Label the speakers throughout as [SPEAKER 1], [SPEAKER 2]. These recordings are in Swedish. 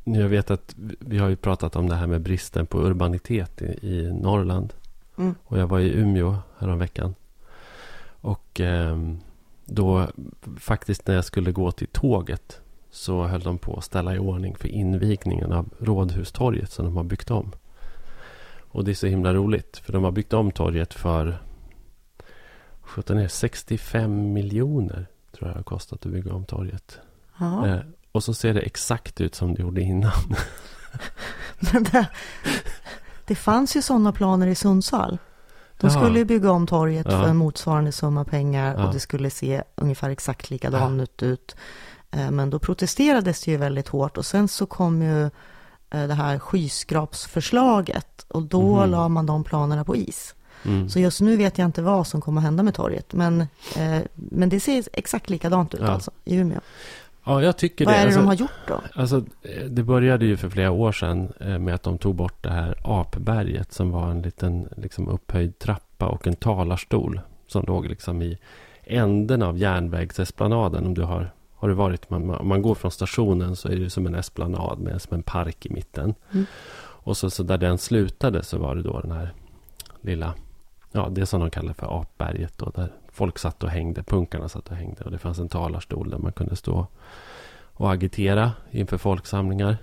[SPEAKER 1] Jag vet att vi har ju pratat om det här med bristen på urbanitet i Norrland. Och jag var i Umeå häromveckan. Och då faktiskt när jag skulle gå till tåget så höll de på att ställa i ordning för invigningen av Rådhustorget som de har byggt om. Och det är så himla roligt för de har byggt om torget för 65 miljoner tror jag det har kostat att bygga om torget. Och så ser det exakt ut som det gjorde innan.
[SPEAKER 2] Men det fanns ju sådana planer i Sundsvall. De skulle ju bygga om torget för en motsvarande summa pengar och det skulle se ungefär exakt likadant ut. Men då protesterades det ju väldigt hårt och sen så kom ju det här skyskrapsförslaget och då la man de planerna på is. Så just nu vet jag inte vad som kommer att hända med torget. Men det ser exakt likadant ut alltså i Umeå.
[SPEAKER 1] Ja, jag tycker
[SPEAKER 2] vad
[SPEAKER 1] det.
[SPEAKER 2] Vad är det de har gjort då?
[SPEAKER 1] Alltså, det började ju för flera år sedan med att de tog bort det här apberget som var en liten liksom, upphöjd trappa och en talarstol som låg liksom i änden av järnvägsesplanaden. Om du har du varit, om man går från stationen så är det som en esplanad med som en park i mitten. Och så där den slutade så var det då den här lilla, det som de kallar för apberget då, där folk satt och hängde, punkarna satt och hängde och det fanns en talarstol där man kunde stå och agitera inför folksamlingar.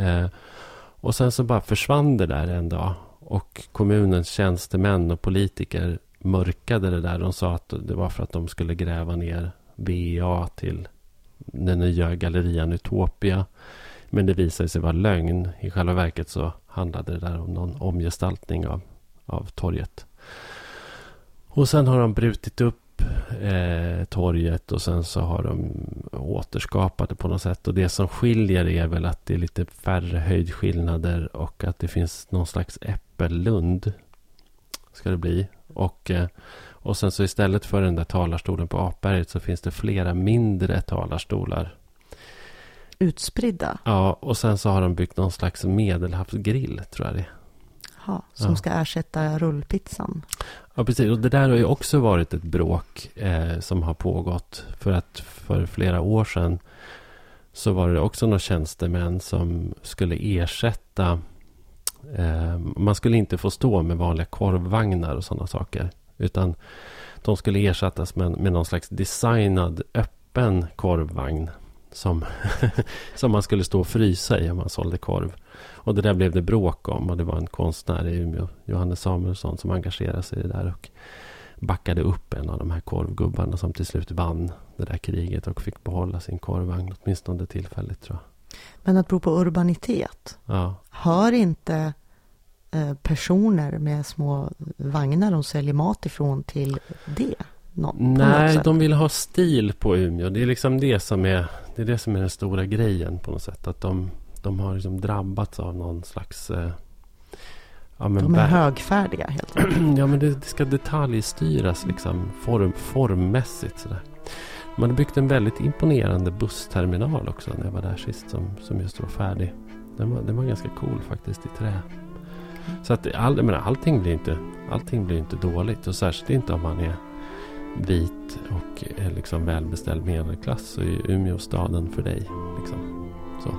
[SPEAKER 1] Och sen så bara försvann det där en dag och kommunens tjänstemän och politiker mörkade det där. De sa att det var för att de skulle gräva ner BA till den nya gallerian Utopia. Men det visade sig vara lögn. I själva verket så handlade det där om någon omgestaltning av torget. Och sen har de brutit upp torget och sen så har de återskapat det på något sätt. Och det som skiljer är väl att det är lite färre höjdskillnader och att det finns någon slags äppellund ska det bli. Och sen så istället för den där talarstolen på Apberget så finns det flera mindre talarstolar.
[SPEAKER 2] Utspridda?
[SPEAKER 1] Ja, och sen så har de byggt någon slags medelhavsgrill tror jag det är.
[SPEAKER 2] Som ska ersätta rullpizzan.
[SPEAKER 1] Ja, precis. Och det där har ju också varit ett bråk som har pågått. För att för flera år sedan så var det också några tjänstemän som skulle ersätta. Man skulle inte få stå med vanliga korvvagnar och sådana saker. Utan de skulle ersättas med någon slags designad öppen korvvagn. Som man skulle stå och frysa i om man sålde korv. Och det där blev det bråk om. Och det var en konstnär i Umeå, Johannes Samuelsson, som engagerade sig i det där. Och backade upp en av de här korvgubbarna som till slut vann det där kriget. Och fick behålla sin korvvagn åtminstone tillfälligt tror jag. Men
[SPEAKER 2] att bero på urbanitet. Hör inte personer med små vagnar de säljer mat ifrån till det?
[SPEAKER 1] Nej, de vill ha stil på Umeå. Det är liksom det som är den stora grejen på något sätt. Att de har liksom drabbats av någon slags...
[SPEAKER 2] de är högfärdiga helt enkelt.
[SPEAKER 1] Ja, men det ska detaljstyras liksom formmässigt sådär. Man har byggt en väldigt imponerande bussterminal också när jag var där sist som just var färdig. Den var ganska cool faktiskt i trä. Så att allting blir inte dåligt. Och särskilt inte om man är vit och är liksom välbeställd medelklass så är Umeå staden för dig liksom. Så,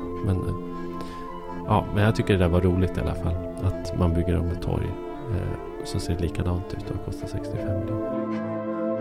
[SPEAKER 1] men jag tycker det där var roligt i alla fall att man bygger om ett torg så ser det likadant ut och kostar 65 miljoner.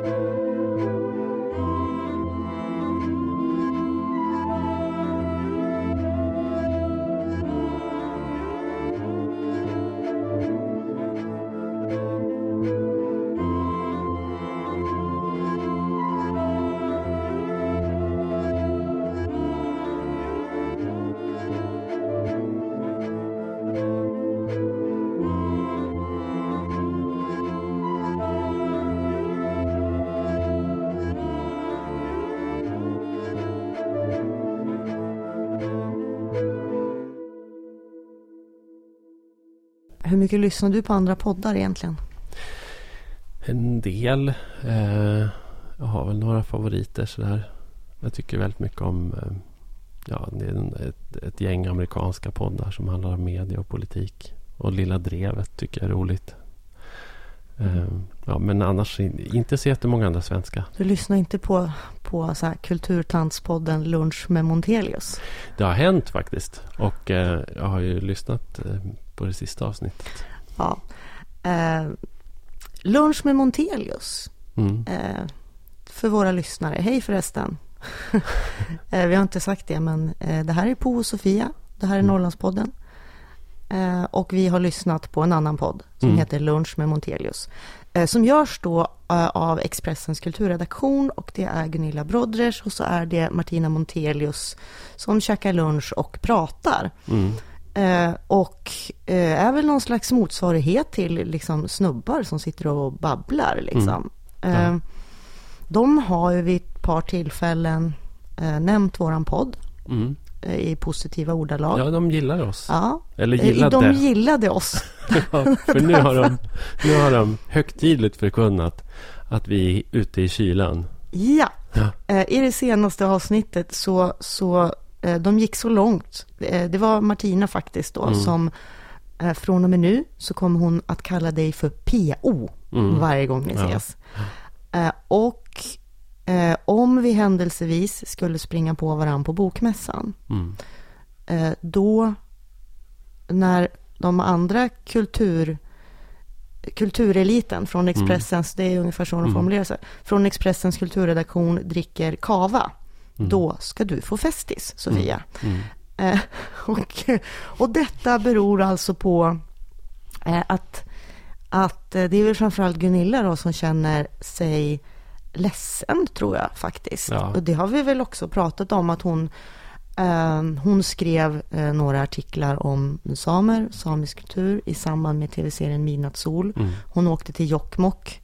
[SPEAKER 2] Hur mycket lyssnar du på andra poddar egentligen?
[SPEAKER 1] En del. Jag har väl några favoriter sådär. Jag tycker väldigt mycket om det är ett gäng amerikanska poddar som handlar om media och politik. Och Lilla Drevet tycker jag är roligt. Ja, men annars inte så jättemånga andra svenska.
[SPEAKER 2] Du lyssnar inte på så här Kulturtantspodden Lunch med Montelius?
[SPEAKER 1] Det har hänt faktiskt. Och jag har ju lyssnat på det sista avsnittet.
[SPEAKER 2] Ja. Lunch med Montelius. För våra lyssnare. Hej förresten. Vi har inte sagt det, men det här är Po och Sofia. Det här är Norrlandspodden. Och vi har lyssnat på en annan podd som heter Lunch med Montelius. Som görs då av Expressens kulturredaktion, och det är Gunilla Brodres och så är det Martina Montelius som käkar lunch och pratar. Och är väl någon slags motsvarighet till liksom snubbar som sitter och babblar liksom. De har ju vid ett par tillfällen nämnt våran podd i positiva ordalag.
[SPEAKER 1] Ja, de gillar oss.
[SPEAKER 2] Ja,
[SPEAKER 1] eller gillade.
[SPEAKER 2] De gillade oss.
[SPEAKER 1] Ja, för nu har de högtidligt förkunnat att vi är ute i kylan.
[SPEAKER 2] Ja. I det senaste avsnittet så de gick så långt. Det var Martina faktiskt då som från och med nu så kommer hon att kalla dig för PO varje gång ni ses. Och om vi händelsevis skulle springa på varann på bokmässan, då när de andra kultureliten från Expressens, det är ungefär så de formulerar sig, från Expressens kulturredaktion dricker kava, då ska du få festis, Sofia. Och detta beror alltså på att det är väl framförallt Gunilla då som känner sig ledsen, tror jag faktiskt. Ja. Och det har vi väl också pratat om, att hon skrev några artiklar om samer, samisk kultur i samband med tv-serien Midnattssol. Hon åkte till Jokkmokk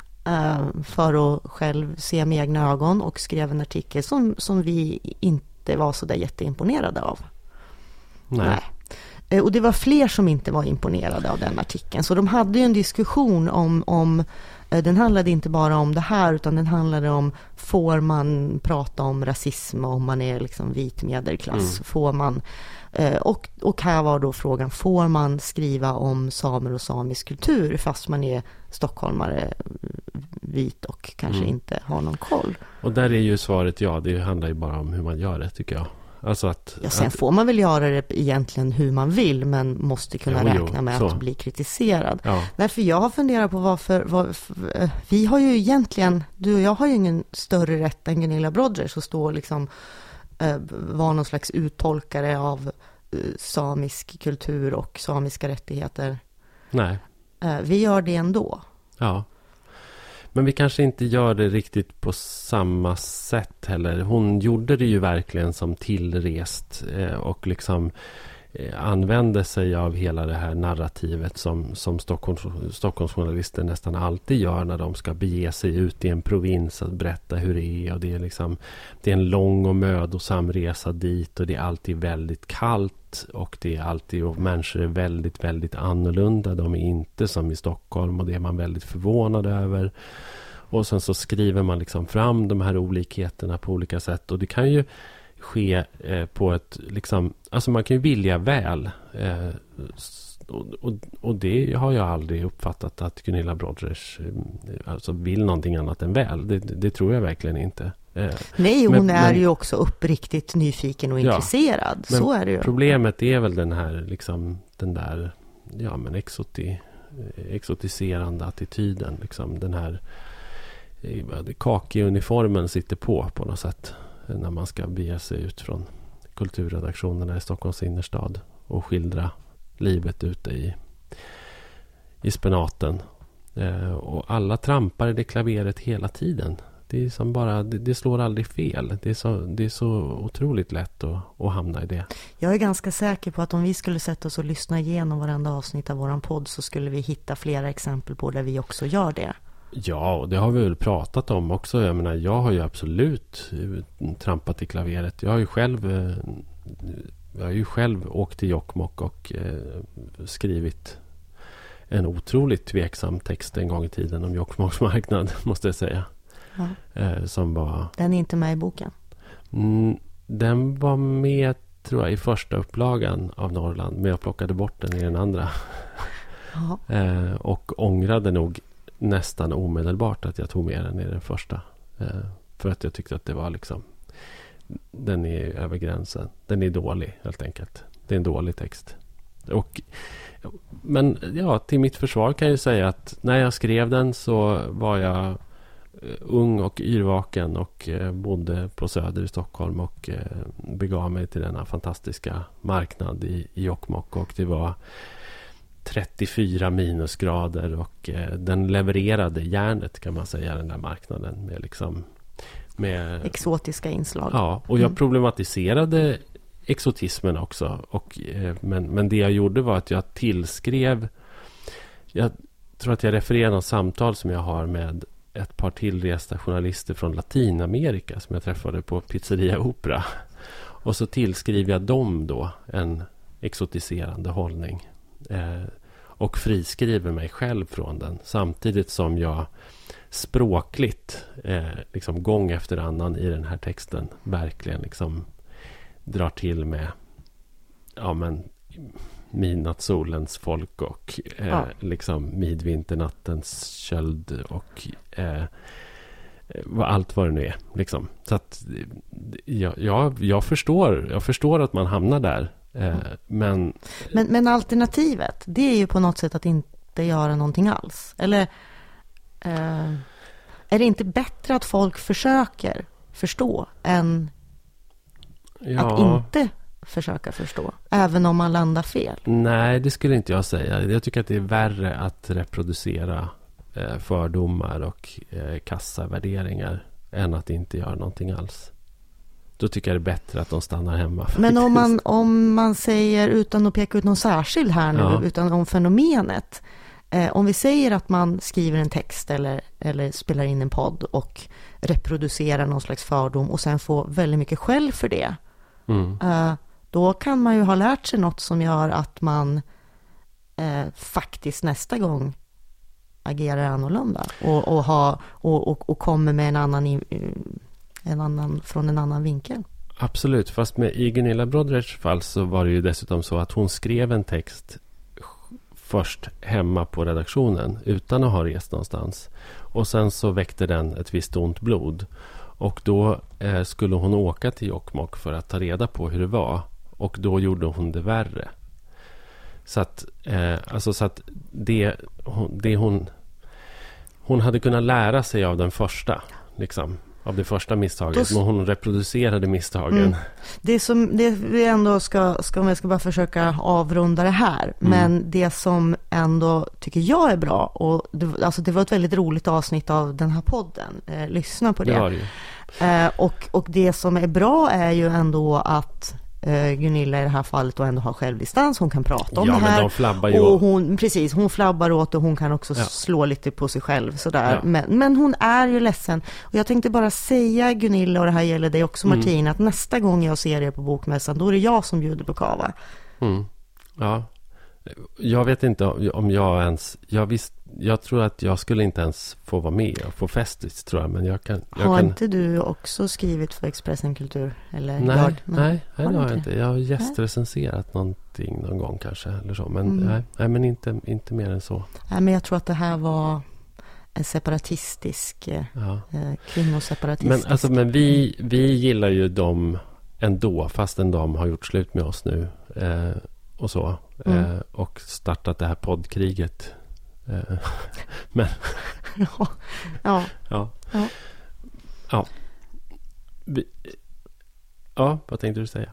[SPEAKER 2] för att själv se med egna ögon och skrev en artikel som vi inte var så där jätteimponerade av. Nej. Och det var fler som inte var imponerade av den artikeln. Så de hade ju en diskussion om den handlade inte bara om det här, utan den handlade om, får man prata om rasism om man är liksom vit medelklass? Får man, och här var då frågan, får man skriva om samer och samisk kultur fast man är stockholmare, vit och kanske inte har någon koll? Och
[SPEAKER 1] där är ju svaret ja, det handlar ju bara om hur man gör det, tycker jag. Alltså
[SPEAKER 2] sen får man väl göra det egentligen hur man vill, men måste kunna räkna med att bli kritiserad. Ja. Därför jag har funderat på varför vi har ju egentligen, du och jag har ju ingen större rätt än Gunilla Brodres att stå och liksom vara någon slags uttolkare av samisk kultur och samiska rättigheter.
[SPEAKER 1] Nej.
[SPEAKER 2] Vi gör det ändå.
[SPEAKER 1] Ja. Men vi kanske inte gör det riktigt på samma sätt heller. Hon gjorde det ju verkligen som tillrest och liksom använde sig av hela det här narrativet som Stockholmsjournalister nästan alltid gör när de ska bege sig ut i en provins att berätta hur det är. Och det är liksom, det är en lång och mödosam resa dit, och det är alltid väldigt kallt, och det är alltid, och människor är väldigt, väldigt annorlunda. De är inte som i Stockholm, och det är man väldigt förvånad över. Och sen så skriver man liksom fram de här olikheterna på olika sätt, och det kan ju ske på ett liksom, alltså man kan ju vilja väl, och det har jag aldrig uppfattat att Gunilla Brodres alltså vill någonting annat än väl. Det tror jag verkligen inte.
[SPEAKER 2] Nej, hon är ju också uppriktigt nyfiken och intresserad. Så är det ju.
[SPEAKER 1] Problemet är väl den här liksom, den där exotiserande attityden liksom, den här kaki-uniformen sitter på något sätt när man ska bege sig ut från kulturredaktionerna i Stockholms innerstad och skildra livet ute i spenaten. Och alla trampar i det klaveret hela tiden. Det är som bara, det slår aldrig fel. Det är så otroligt lätt att hamna i det. Jag är ganska säker på att om vi skulle sätta oss och lyssna igenom varenda avsnitt av våran podd, så skulle vi hitta flera exempel på där vi också gör det. Ja, och det har vi väl pratat om också. Jag menar, jag har ju absolut trampat i klaveret. Jag har ju själv åkt till Jokkmokk och skrivit en otroligt tveksam text en gång i tiden om Jokkmokks marknad, måste jag säga. Ja. Som var... Den är inte med i boken? Den var med, tror jag, i första upplagan av Norrland, men jag plockade bort den i den andra. Och ångrade nog nästan omedelbart att jag tog med den i den första. För att jag tyckte att det var liksom, den är över gränsen. Den är dålig helt enkelt. Det är en dålig text. Men ja, till mitt försvar kan jag säga att när jag skrev den så var jag ung och yrvaken och bodde på Söder i Stockholm och begav mig till denna fantastiska marknad i Jokkmokk, och det var 34 minusgrader och den levererade järnet, kan man säga, den där marknaden med
[SPEAKER 2] exotiska inslag.
[SPEAKER 1] Ja, och jag problematiserade exotismen också, men det jag gjorde var att jag tillskrev, jag tror att jag refererar något samtal som jag har med ett par tillresta journalister från Latinamerika som jag träffade på Pizzeria Opera, och så tillskriver jag dem då en exotiserande hållning och friskriver mig själv från den, samtidigt som jag språkligt liksom gång efter annan i den här texten verkligen liksom drar till med midnattssolens folk och liksom midvinternattens köld och allt vad det nu är liksom. Så att jag förstår att man hamnar där, men
[SPEAKER 2] alternativet, det är ju på något sätt att inte göra någonting alls, eller är det inte bättre att folk försöker förstå än att inte försöka förstå, även om man landar fel?
[SPEAKER 1] Nej, det skulle inte jag säga. Jag tycker att det är värre att reproducera fördomar och kassa värderingar än att inte göra någonting alls. Då tycker jag det är bättre att de stannar hemma.
[SPEAKER 2] Men om man säger, utan att peka ut någon särskild här nu, utan om fenomenet, om vi säger att man skriver en text eller spelar in en podd och reproducerar någon slags fördom och sen får väldigt mycket skäll för det, då kan man ju ha lärt sig något som gör att man faktiskt nästa gång agerar annorlunda och kommer med en annan från en annan vinkel.
[SPEAKER 1] Absolut, fast i Gunilla Brodrers fall så var det ju dessutom så att hon skrev en text först hemma på redaktionen utan att ha rest någonstans, och sen så väckte den ett visst ont blod, och då skulle hon åka till Jokkmokk för att ta reda på hur det var, och då gjorde hon det värre. Så att det hon hade kunnat lära sig av den första liksom, av det första misstaget, men hon reproducerade misstagen.
[SPEAKER 2] Det vi ändå ska jag ska bara försöka avrunda det här, men det som ändå tycker jag är bra, och det var ett väldigt roligt avsnitt av den här podden, lyssna på det.
[SPEAKER 1] Det var det.
[SPEAKER 2] Och det som är bra är ju ändå att Gunilla i det här fallet då ändå har självdistans, hon kan prata om det här,
[SPEAKER 1] men de flabbar ju,
[SPEAKER 2] och hon flabbar åt, och hon kan också slå lite på sig själv sådär. Men hon är ju ledsen, och jag tänkte bara säga, Gunilla, och det här gäller dig också, Martin, att nästa gång jag ser er på bokmässan, då är det jag som bjuder på kava.
[SPEAKER 1] Ja, jag vet inte om jag ens, jag tror att jag skulle inte ens få vara med och få festis, tror jag, men jag kan.
[SPEAKER 2] Inte du också skrivit för Expressen Kultur? Eller
[SPEAKER 1] nej, det har jag inte. Jag har gästrecenserat någonting någon gång kanske, eller så, men men inte mer än så.
[SPEAKER 2] Nej, men jag tror att det här var en separatistisk, kvinnoseparatistisk.
[SPEAKER 1] Men vi gillar ju dem ändå, fastän de har gjort slut med oss nu och så, och startat det här poddkriget. Men vad tänkte du säga?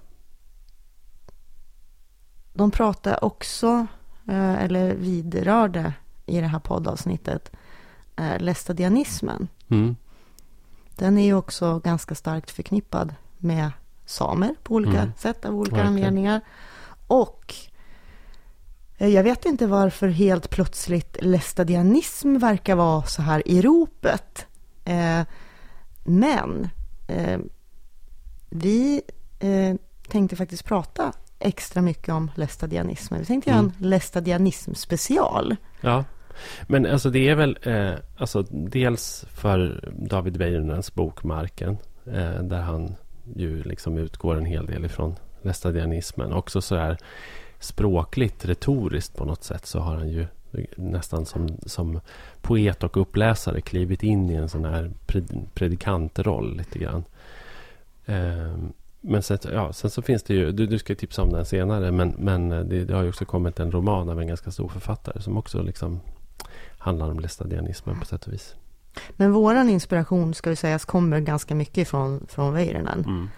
[SPEAKER 2] De pratar också eller vidrörde i det här poddavsnittet lästadianismen. Den är ju också ganska starkt förknippad med samer på olika sätt, av olika anledningar. Och jag vet inte varför helt plötsligt lästadianism verkar vara så här i ropet. Men vi tänkte faktiskt prata extra mycket om lästadianismen. Vi tänkte göra en lästadianism special. Ja,
[SPEAKER 1] men alltså det är väl dels för David Wäjeröns bok Marken, där han ju liksom utgår en hel del ifrån lästadianismen. Också så här språkligt, retoriskt på något sätt, så har han ju nästan som poet och uppläsare klivit in i en sån här predikantroll lite grann. Men sen så finns det ju, du ska tipsa om den senare, men det har ju också kommit en roman av en ganska stor författare som också liksom handlar om lästadianismen på sätt och vis.
[SPEAKER 2] Men våran inspiration, ska vi säga, kommer ganska mycket från Väyrynen.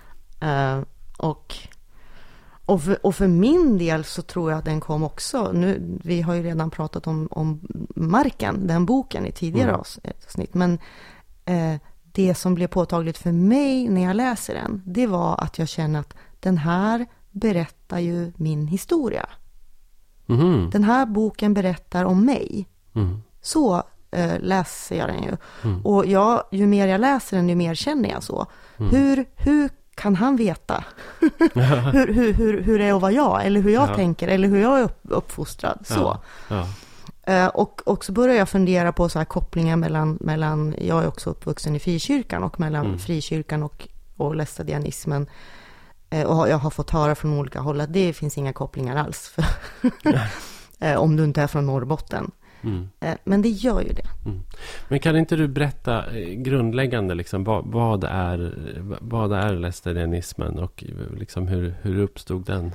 [SPEAKER 2] Och för min del så tror jag att den kom också, nu, vi har ju redan pratat om Marken, den boken i tidigare avsnitt, men det som blev påtagligt för mig när jag läser den, det var att jag känner att den här berättar ju min historia. Den här boken berättar om mig. Så läser jag den ju. Och ju mer jag läser den, ju mer känner jag så. Hur kan han veta hur det är att vara jag, eller hur jag tänker, eller hur jag är uppfostrad så. Och så börjar jag fundera på så här kopplingar mellan jag är också uppvuxen i frikyrkan, och mellan frikyrkan och lästadianismen. Och jag har fått höra från olika håll att det finns inga kopplingar alls om du inte är från Norrbotten. Men det gör ju det.
[SPEAKER 1] Men kan inte du berätta grundläggande liksom, vad är lästadianismen och liksom hur uppstod den?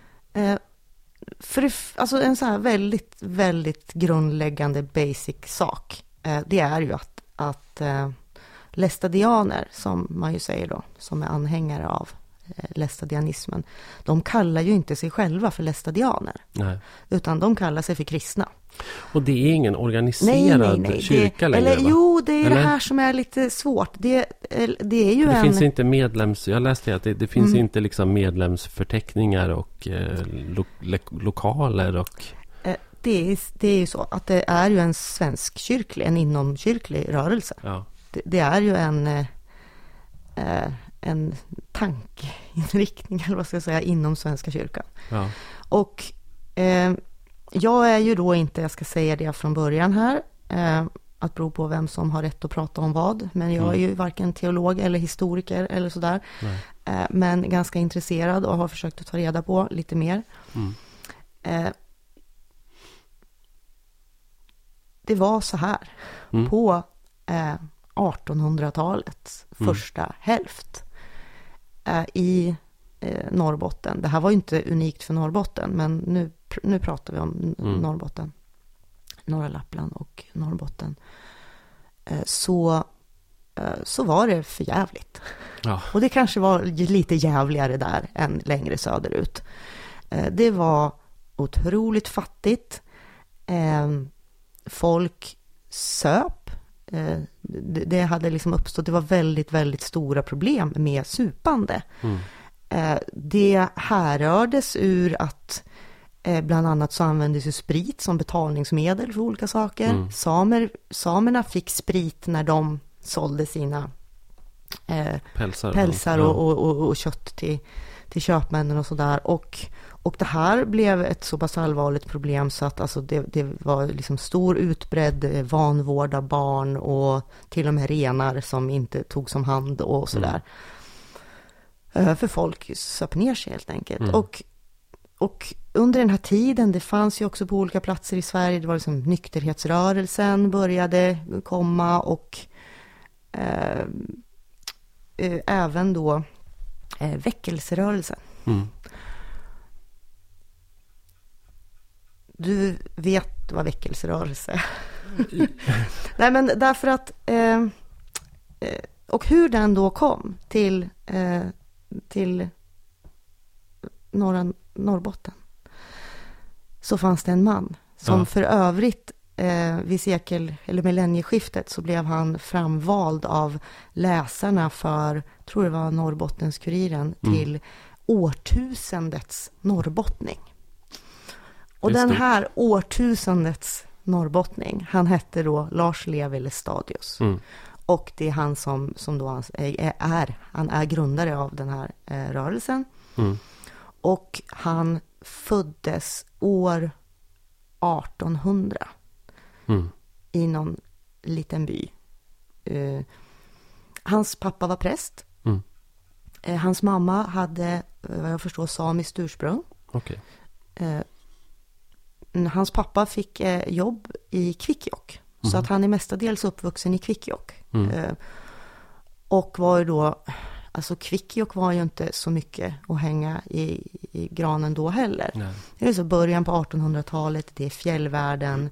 [SPEAKER 2] Alltså en så här väldigt, väldigt grundläggande basic sak, det är ju att lästadianer, som man ju säger då, som är anhängare av lästadianismen, de kallar ju inte sig själva för lästadianer. Nej. Utan de kallar sig för kristna.
[SPEAKER 1] Och det är ingen organiserad kyrka längre,
[SPEAKER 2] eller, jo, det är det här som är lite svårt. Det är ju
[SPEAKER 1] det finns inte jag läste att det finns inte liksom medlemsförteckningar och lokaler och...
[SPEAKER 2] Det är ju så att det är ju en en inomkyrklig rörelse. Ja. Det är ju en tankeinriktning, eller vad ska jag säga, inom Svenska kyrkan. Ja. Och jag är ju då inte, jag ska säga det från början här, att bero på vem som har rätt att prata om vad, men jag är ju varken teolog eller historiker eller sådär, men ganska intresserad och har försökt att ta reda på lite mer. Det var så här på 1800-talets första hälft i Norrbotten. Det här var ju inte unikt för Norrbotten, men nu pratar vi om Norrbotten, norra Lappland och Norrbotten. Så var det för jävligt. Ja. Och det kanske var lite jävligare där än längre söderut. Det var otroligt fattigt. Folk söp. Det hade liksom uppstått, det var väldigt, väldigt stora problem med supande. Det härrördes ur att bland annat så användes ju sprit som betalningsmedel för olika saker. Samerna fick sprit när de sålde sina pälsar och kött till köpmännen och sådär. Och det här blev ett så pass allvarligt problem så att alltså det var liksom stor utbredd vanvård av barn och till och med renar som inte togs om hand och sådär. För folk söp ner sig helt enkelt. Och under den här tiden, det fanns ju också på olika platser i Sverige, det var liksom nykterhetsrörelsen började komma och även då väckelserörelsen. Du vet vad väckelserörelse är. Nej, men därför att och hur den då kom till Norrbotten, så fanns det en man som för övrigt vid eller millennieskiftet så blev han framvald av läsarna för, tror det var Norrbottens-Kuriren, till årtusendets norrbottning. Och den här årtusendets norrbottning, han hette då Lars Levi Lestadius. Och det är han som då han är grundare av den här rörelsen. Och han föddes år 1800 i någon liten by. Hans pappa var präst. Hans mamma hade, vad jag förstår, samiskt ursprung. hans pappa fick jobb i Kvikkjokk. Så att han är mestadels uppvuxen i Kvikkjokk. Och var ju då, alltså Kvikkjokk var ju inte så mycket att hänga i granen då heller. Nej. Det är så början på 1800-talet, det är fjällvärlden.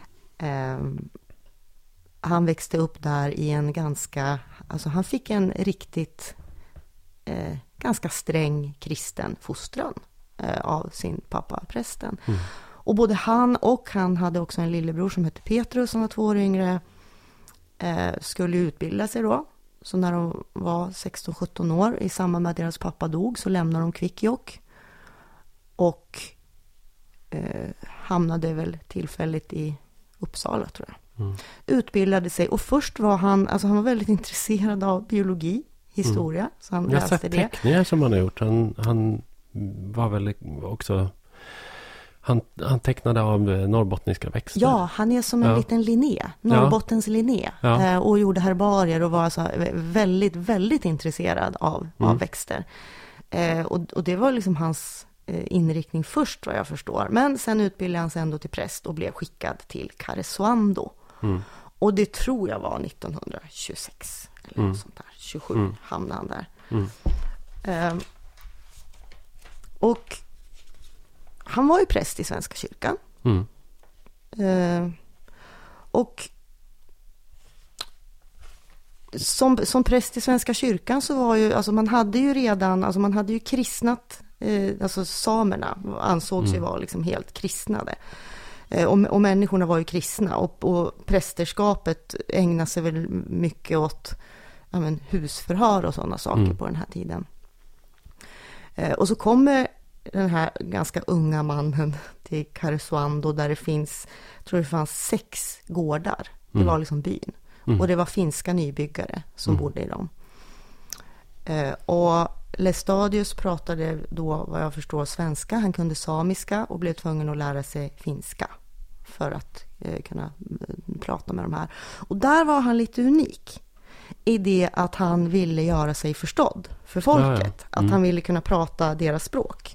[SPEAKER 2] Han växte upp där i en ganska, alltså han fick en riktigt ganska sträng kristen fostran av sin pappa, prästen. Och både han hade också en lillebror som hette Petrus som var 2 år yngre, skulle utbilda sig då. Så när de var 16-17 år, i samband med att deras pappa dog, så lämnade de Kvikkjokk och hamnade väl tillfälligt i Uppsala, tror jag. Utbildade sig, och först var han var väldigt intresserad av biologi, historia, så han läste det. Jag har sett
[SPEAKER 1] teckningar som han har gjort. Han var väl också... Han tecknade av norrbottniska växter.
[SPEAKER 2] Ja, han är som en liten Linné. Norrbottens Linné. Ja. Och gjorde herbarier och var alltså väldigt, väldigt intresserad av växter. Och det var liksom hans inriktning först, vad jag förstår. Men sen utbildade han sig ändå till präst och blev skickad till Karesuando. Och det tror jag var 1926. Eller något sånt där. 27 hamnade han där. Och han var ju präst i Svenska kyrkan. Och som präst i Svenska kyrkan så var ju, alltså man hade ju kristnat, alltså samerna ansågs ju vara liksom helt kristnade. Och människorna var ju kristna, och prästerskapet ägnade sig väl mycket åt husförhör och sådana saker på den här tiden. Och så kommer den här ganska unga mannen till Karesuando, där det finns, jag tror det fanns 6 gårdar. Det var liksom byn. Och det var finska nybyggare som bodde i dem. Och Lestadius pratade då, vad jag förstår, svenska. Han kunde samiska och blev tvungen att lära sig finska för att kunna prata med de här. Och där var han lite unik i det att han ville göra sig förstådd för folket. Att han ville kunna prata deras språk.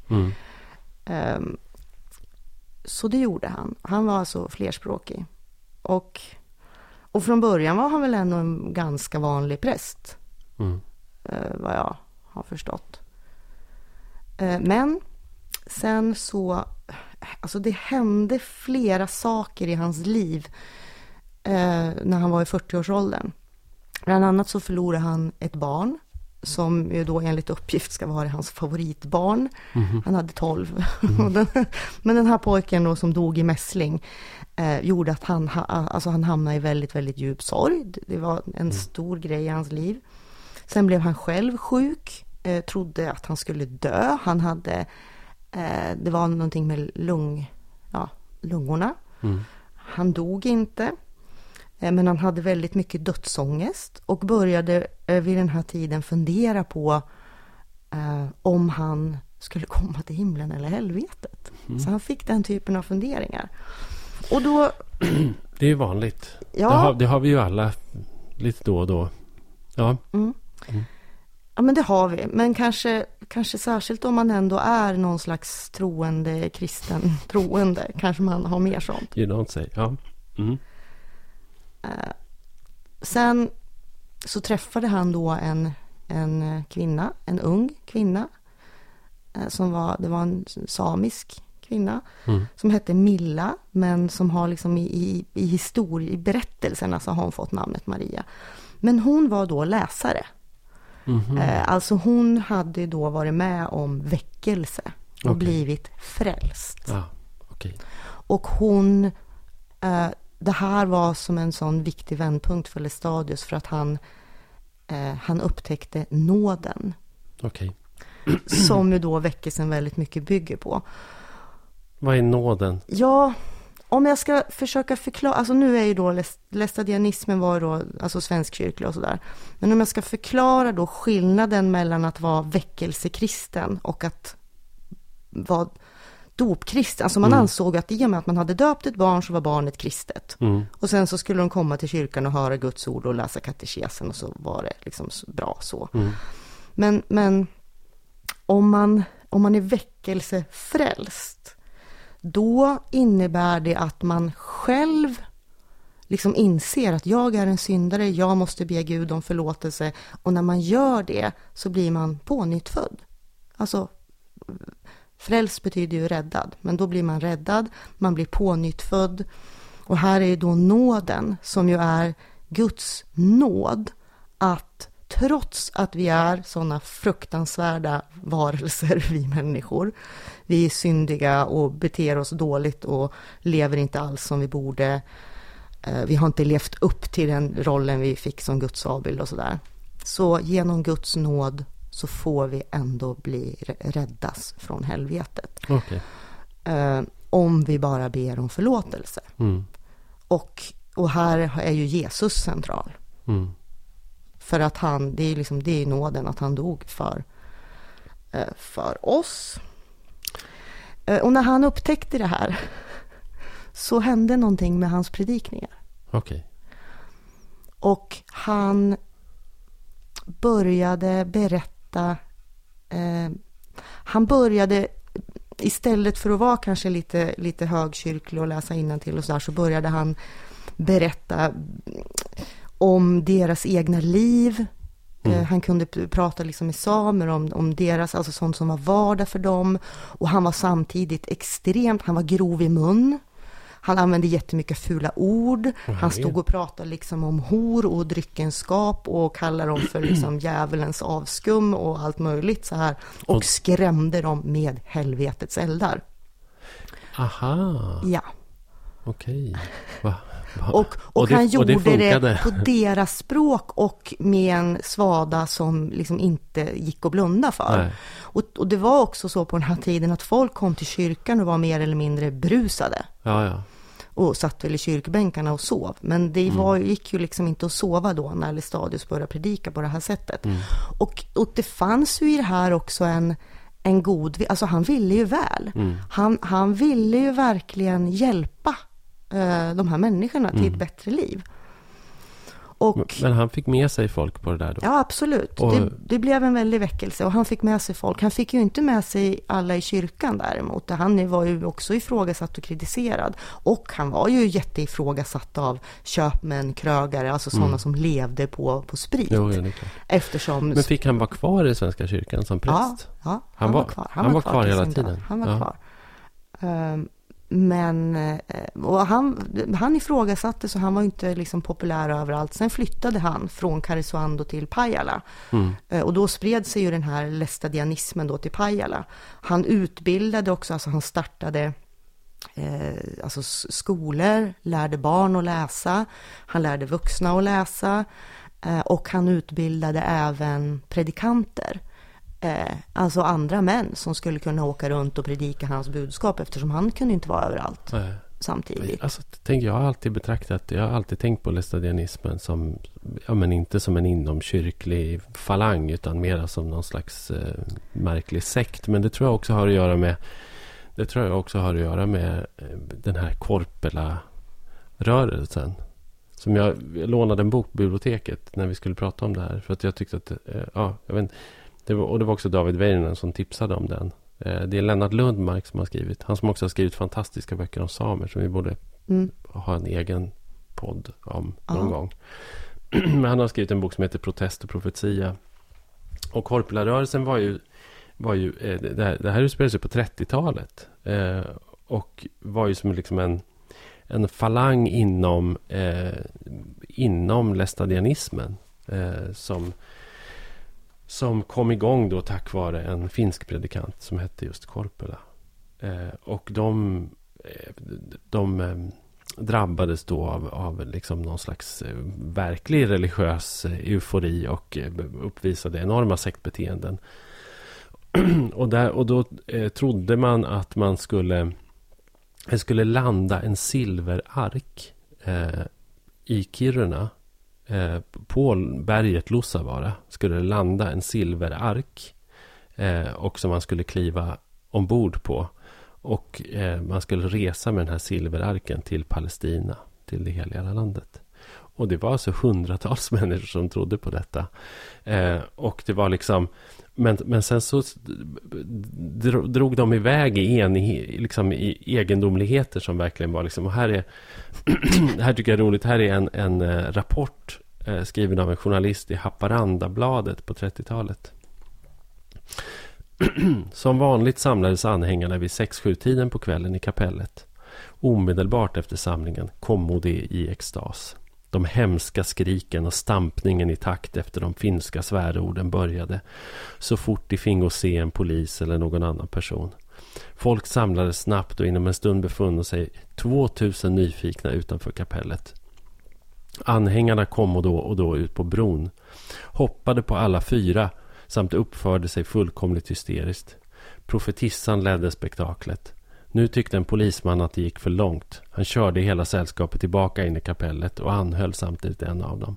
[SPEAKER 2] Så det gjorde han. Han var alltså flerspråkig. Och från början var han väl ändå en ganska vanlig präst. Vad jag har förstått. Men sen så, alltså det hände flera saker i hans liv när han var i 40-årsåldern. Bland annat så förlorade han ett barn som ju då enligt uppgift ska vara hans favoritbarn. Han hade 12. Men den här pojken då som dog i mässling gjorde att han hamnade i väldigt, väldigt djup sorg. Det var en stor grej i hans liv. Sen blev han själv sjuk. Trodde att han skulle dö. Han hade, det var någonting med lungorna. Han dog inte. Men han hade väldigt mycket dödsångest och började vid den här tiden fundera på om han skulle komma till himlen eller helvetet. Så han fick den typen av funderingar. Och då...
[SPEAKER 1] Det är vanligt. Ja. Det har vi ju alla lite då och då. Ja.
[SPEAKER 2] Ja, men det har vi. Men kanske särskilt om man ändå är någon slags kristen troende. Kanske man har mer sånt.
[SPEAKER 1] You don't say. Ja.
[SPEAKER 2] Sen så träffade han då en kvinna, en ung kvinna, det var en samisk kvinna som hette Milla, men som har liksom i berättelserna så har hon fått namnet Maria. Men hon var då läsare. Alltså hon hade då varit med om väckelse och blivit frälst.
[SPEAKER 1] Okay.
[SPEAKER 2] Och hon... det här var som en sån viktig vändpunkt för Lestadius, för att han upptäckte nåden.
[SPEAKER 1] Okay.
[SPEAKER 2] Som ju då väckelsen väldigt mycket bygger på.
[SPEAKER 1] Vad är nåden?
[SPEAKER 2] Ja, om jag ska försöka förklara, alltså nu är ju då lestadianismen var då alltså svenskkyrklig och sådär. Men om jag ska förklara då skillnaden mellan att vara väckelsekristen och att vara dopkristen. Alltså man ansåg att i och med att man hade döpt ett barn så var barnet kristet. Och sen så skulle de komma till kyrkan och höra Guds ord och läsa katekesen, och så var det liksom bra så. Men om man är väckelsefrälst, då innebär det att man själv liksom inser att jag är en syndare, jag måste be Gud om förlåtelse. Och när man gör det så blir man pånyttfödd. Alltså, frälst betyder ju räddad, men då blir man räddad, man blir pånyttfödd. Och här är ju då nåden, som ju är Guds nåd, att trots att vi är sådana fruktansvärda varelser, vi människor, vi är syndiga och beter oss dåligt och lever inte alls som vi borde. Vi har inte levt upp till den rollen vi fick som Guds avbild och sådär. Så genom Guds nåd så får vi ändå bli räddas från helvetet.
[SPEAKER 1] Okay.
[SPEAKER 2] Om vi bara ber om förlåtelse.
[SPEAKER 1] Mm.
[SPEAKER 2] Och här är ju Jesus central.
[SPEAKER 1] Mm.
[SPEAKER 2] För att det är nåden att han dog för oss. Och när han upptäckte det här så hände någonting med hans predikningar.
[SPEAKER 1] Okay.
[SPEAKER 2] Och han började berätta, istället för att vara kanske lite högkyrklig och läsa innantill och så började han berätta om deras egna liv. Han kunde prata liksom med samer om deras, alltså sånt som var vardag för dem. Och han var samtidigt han var grov i mun. Han använde jättemycket fula ord. Han stod och pratade liksom om hor och dryckenskap och kallade dem för liksom djävulens avskum och allt möjligt så här. Och skrämde dem med helvetets eldar.
[SPEAKER 1] Aha.
[SPEAKER 2] Ja.
[SPEAKER 1] Okej.
[SPEAKER 2] Och han gjorde det på deras språk och med en svada som liksom inte gick att blunda för. Och det var också så på den här tiden att folk kom till kyrkan och var mer eller mindre brusade.
[SPEAKER 1] Ja.
[SPEAKER 2] Och satt väl i kyrkbänkarna och sov. Men det gick ju liksom inte att sova då när Lestadius började predika på det här sättet. Och det fanns ju i det här också en god... Alltså han ville ju väl. Han ville ju verkligen hjälpa de här människorna till ett bättre liv.
[SPEAKER 1] Men han fick med sig folk på det där då?
[SPEAKER 2] Ja, absolut. Det blev en väldig väckelse och han fick med sig folk. Han fick ju inte med sig alla i kyrkan däremot. Han var ju också ifrågasatt och kritiserad. Och han var ju jätteifrågasatt av köpmän, krögare, alltså sådana som levde på sprit.
[SPEAKER 1] Jo, det är klart.
[SPEAKER 2] Eftersom...
[SPEAKER 1] Men fick han vara kvar i Svenska kyrkan som präst?
[SPEAKER 2] Ja, han var kvar.
[SPEAKER 1] Han var kvar hela tiden?
[SPEAKER 2] Han var kvar. Men och han ifrågasatte, så han var inte liksom populär överallt. Sen flyttade han från Karesuando till Pajala. Och då spred sig ju den här lästadianismen då till Pajala. Han utbildade också, alltså han startade alltså skolor, lärde barn att läsa. Han lärde vuxna att läsa. Och han utbildade även predikanter. Alltså andra män som skulle kunna åka runt och predika hans budskap, eftersom han kunde inte vara överallt samtidigt.
[SPEAKER 1] Alltså, jag har alltid tänkt på lästadianismen som, men inte som en inomkyrklig falang, utan mer som någon slags märklig sekt. Men det tror jag också har att göra med den här Korpela-rörelsen. Som jag lånade en bok på biblioteket när vi skulle prata om det här, för att jag tyckte att jag vet inte. Det var också David Väinänen som tipsade om den. Det är Lennart Lundmark som har skrivit. Han som också har skrivit fantastiska böcker om samer som vi borde ha en egen podd om någon gång. Men han har skrivit en bok som heter Protest och profetia. Och Korpela-rörelsen var ju det här utspelade sig på 30-talet. Och var ju som liksom en falang inom lästadianismen som kom igång då tack vare en finsk predikant som hette just Korpela. Och de drabbades då av liksom någon slags verklig religiös eufori och uppvisade enorma sektbeteenden. Och då trodde man att det skulle landa en silverark i Kiruna. På berget Lussavaara skulle det landa en silverark och som man skulle kliva ombord på, och man skulle resa med den här silverarken till Palestina, till det heliga landet. Och det var alltså hundratals människor som trodde på detta. Och det var liksom... Men sen så drog de iväg i egendomligheter som verkligen var liksom... Och här tycker jag är roligt. Här är en rapport skriven av en journalist i Haparanda-bladet på 30-talet. Som vanligt samlades anhängarna vid 6-7-tiden på kvällen i kapellet. Omedelbart efter samlingen kom Modé i extas. De hemska skriken och stampningen i takt efter de finska svärorden började så fort de fingo se en polis eller någon annan person. Folk samlades snabbt och inom en stund befunn sig 2000 nyfikna utanför kapellet. Anhängarna kom och då ut på bron. Hoppade på alla 4 samt uppförde sig fullkomligt hysteriskt. Profetissan ledde spektaklet. Nu tyckte en polisman att det gick för långt. Han körde hela sällskapet tillbaka in i kapellet och anhöll samtidigt en av dem.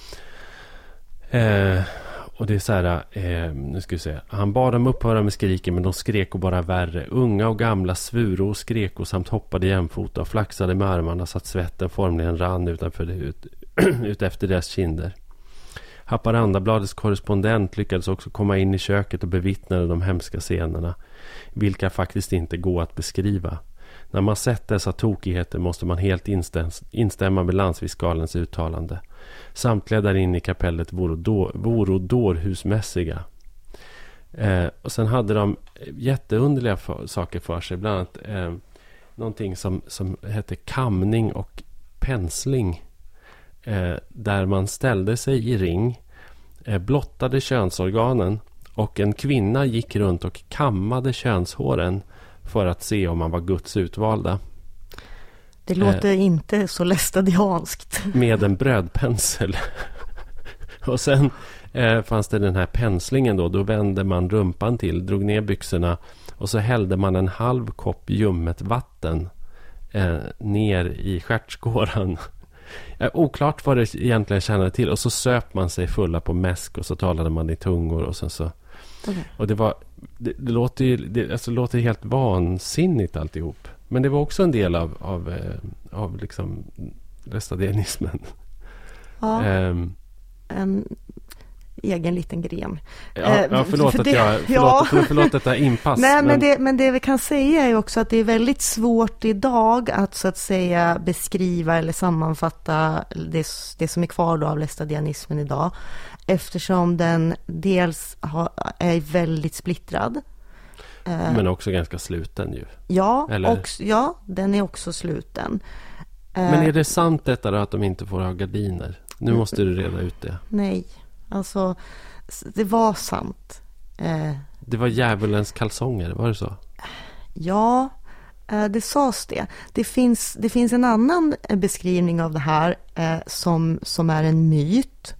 [SPEAKER 1] Och det är så här, nu ska vi se. Han bad dem upphöra med skriken, men de skrek och bara värre. Unga och gamla svuro och skrek och samt hoppade jämfota och flaxade med armarna så att svetten formligen rann ut efter deras kinder. Haparanda-bladets korrespondent lyckades också komma in i köket och bevittnade de hemska scenerna, vilka faktiskt inte går att beskriva. När man sett dessa tokigheter måste man helt instämma med landsviskalens uttalande. Samtliga där inne i kapellet vore dårhusmässiga. Och sen hade de jätteunderliga saker för sig. Bland annat någonting som hette kamning och pensling. Där man ställde sig i ring, blottade könsorganen och en kvinna gick runt och kammade könshåren för att se om man var Guds utvalda.
[SPEAKER 2] Det låter inte så lästadianskt.
[SPEAKER 1] Med en brödpensel. Och sen fanns det den här penslingen då vände man rumpan till, drog ner byxorna och så hällde man en halv kopp ljummet vatten ner i stjärtskåran. Oklart vad det egentligen kände till. Och så söp man sig fulla på mäsk och så talade man i tungor och sen så... Okay. Och det låter ju låter helt vansinnigt alltihop. Men det var också en del av liksom lästadianismen.
[SPEAKER 2] Ja, en egen liten gren.
[SPEAKER 1] Förlåt detta inpass.
[SPEAKER 2] Nej, men det vi kan säga är också att det är väldigt svårt idag att så att säga beskriva eller sammanfatta det som är kvar då av lästadianismen idag. Eftersom den dels är väldigt splittrad.
[SPEAKER 1] Men också ganska sluten ju.
[SPEAKER 2] Ja, den är också sluten.
[SPEAKER 1] Men är det sant detta då, att de inte får ha gardiner? Nu måste du reda ut det.
[SPEAKER 2] Nej, alltså det var sant.
[SPEAKER 1] Det var djävulens kalsonger, var det så? Ja,
[SPEAKER 2] det sades det. Det finns en annan beskrivning av det här som är en myt.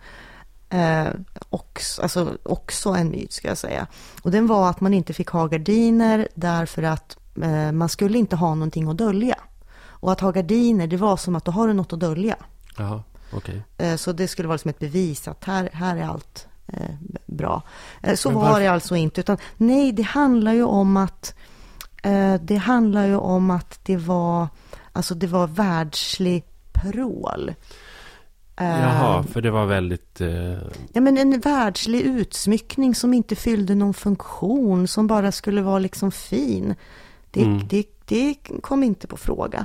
[SPEAKER 2] Också en myt ska jag säga. Och den var att man inte fick ha gardiner därför att man skulle inte ha någonting att dölja. Och att ha gardiner, det var som att då har du något att dölja.
[SPEAKER 1] Jaha, okej.
[SPEAKER 2] Så det skulle vara som ett bevis att här är allt bra. Så var det alltså inte. Utan, nej, det handlar ju om att det var världslig prål.
[SPEAKER 1] Jaha, för det var väldigt...
[SPEAKER 2] Ja, men en världslig utsmyckning som inte fyllde någon funktion, som bara skulle vara liksom fin. Det kom inte på fråga.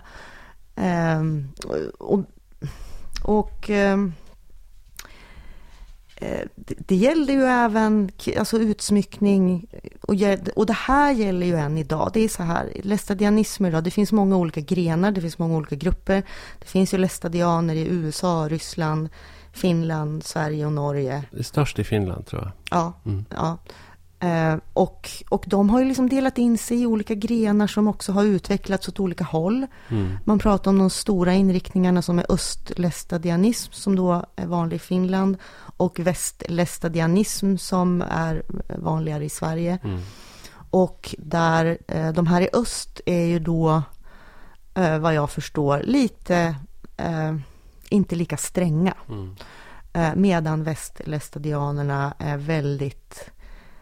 [SPEAKER 2] Det gällde ju även alltså utsmyckning och det här gäller ju än idag. Det är så här, lästadianism idag, det finns många olika grenar, det finns många olika grupper. Det finns ju lästadianer i USA, Ryssland, Finland, Sverige och Norge.
[SPEAKER 1] Det är störst i Finland tror jag.
[SPEAKER 2] Ja, ja. Och de har ju liksom delat in sig i olika grenar som också har utvecklats åt olika håll. Man pratar om de stora inriktningarna som är östlästadianism som då är vanlig i Finland och västlästadianism som är vanligare i Sverige. Och där de här i öst är ju då vad jag förstår lite inte lika stränga. Medan västlästadianerna är väldigt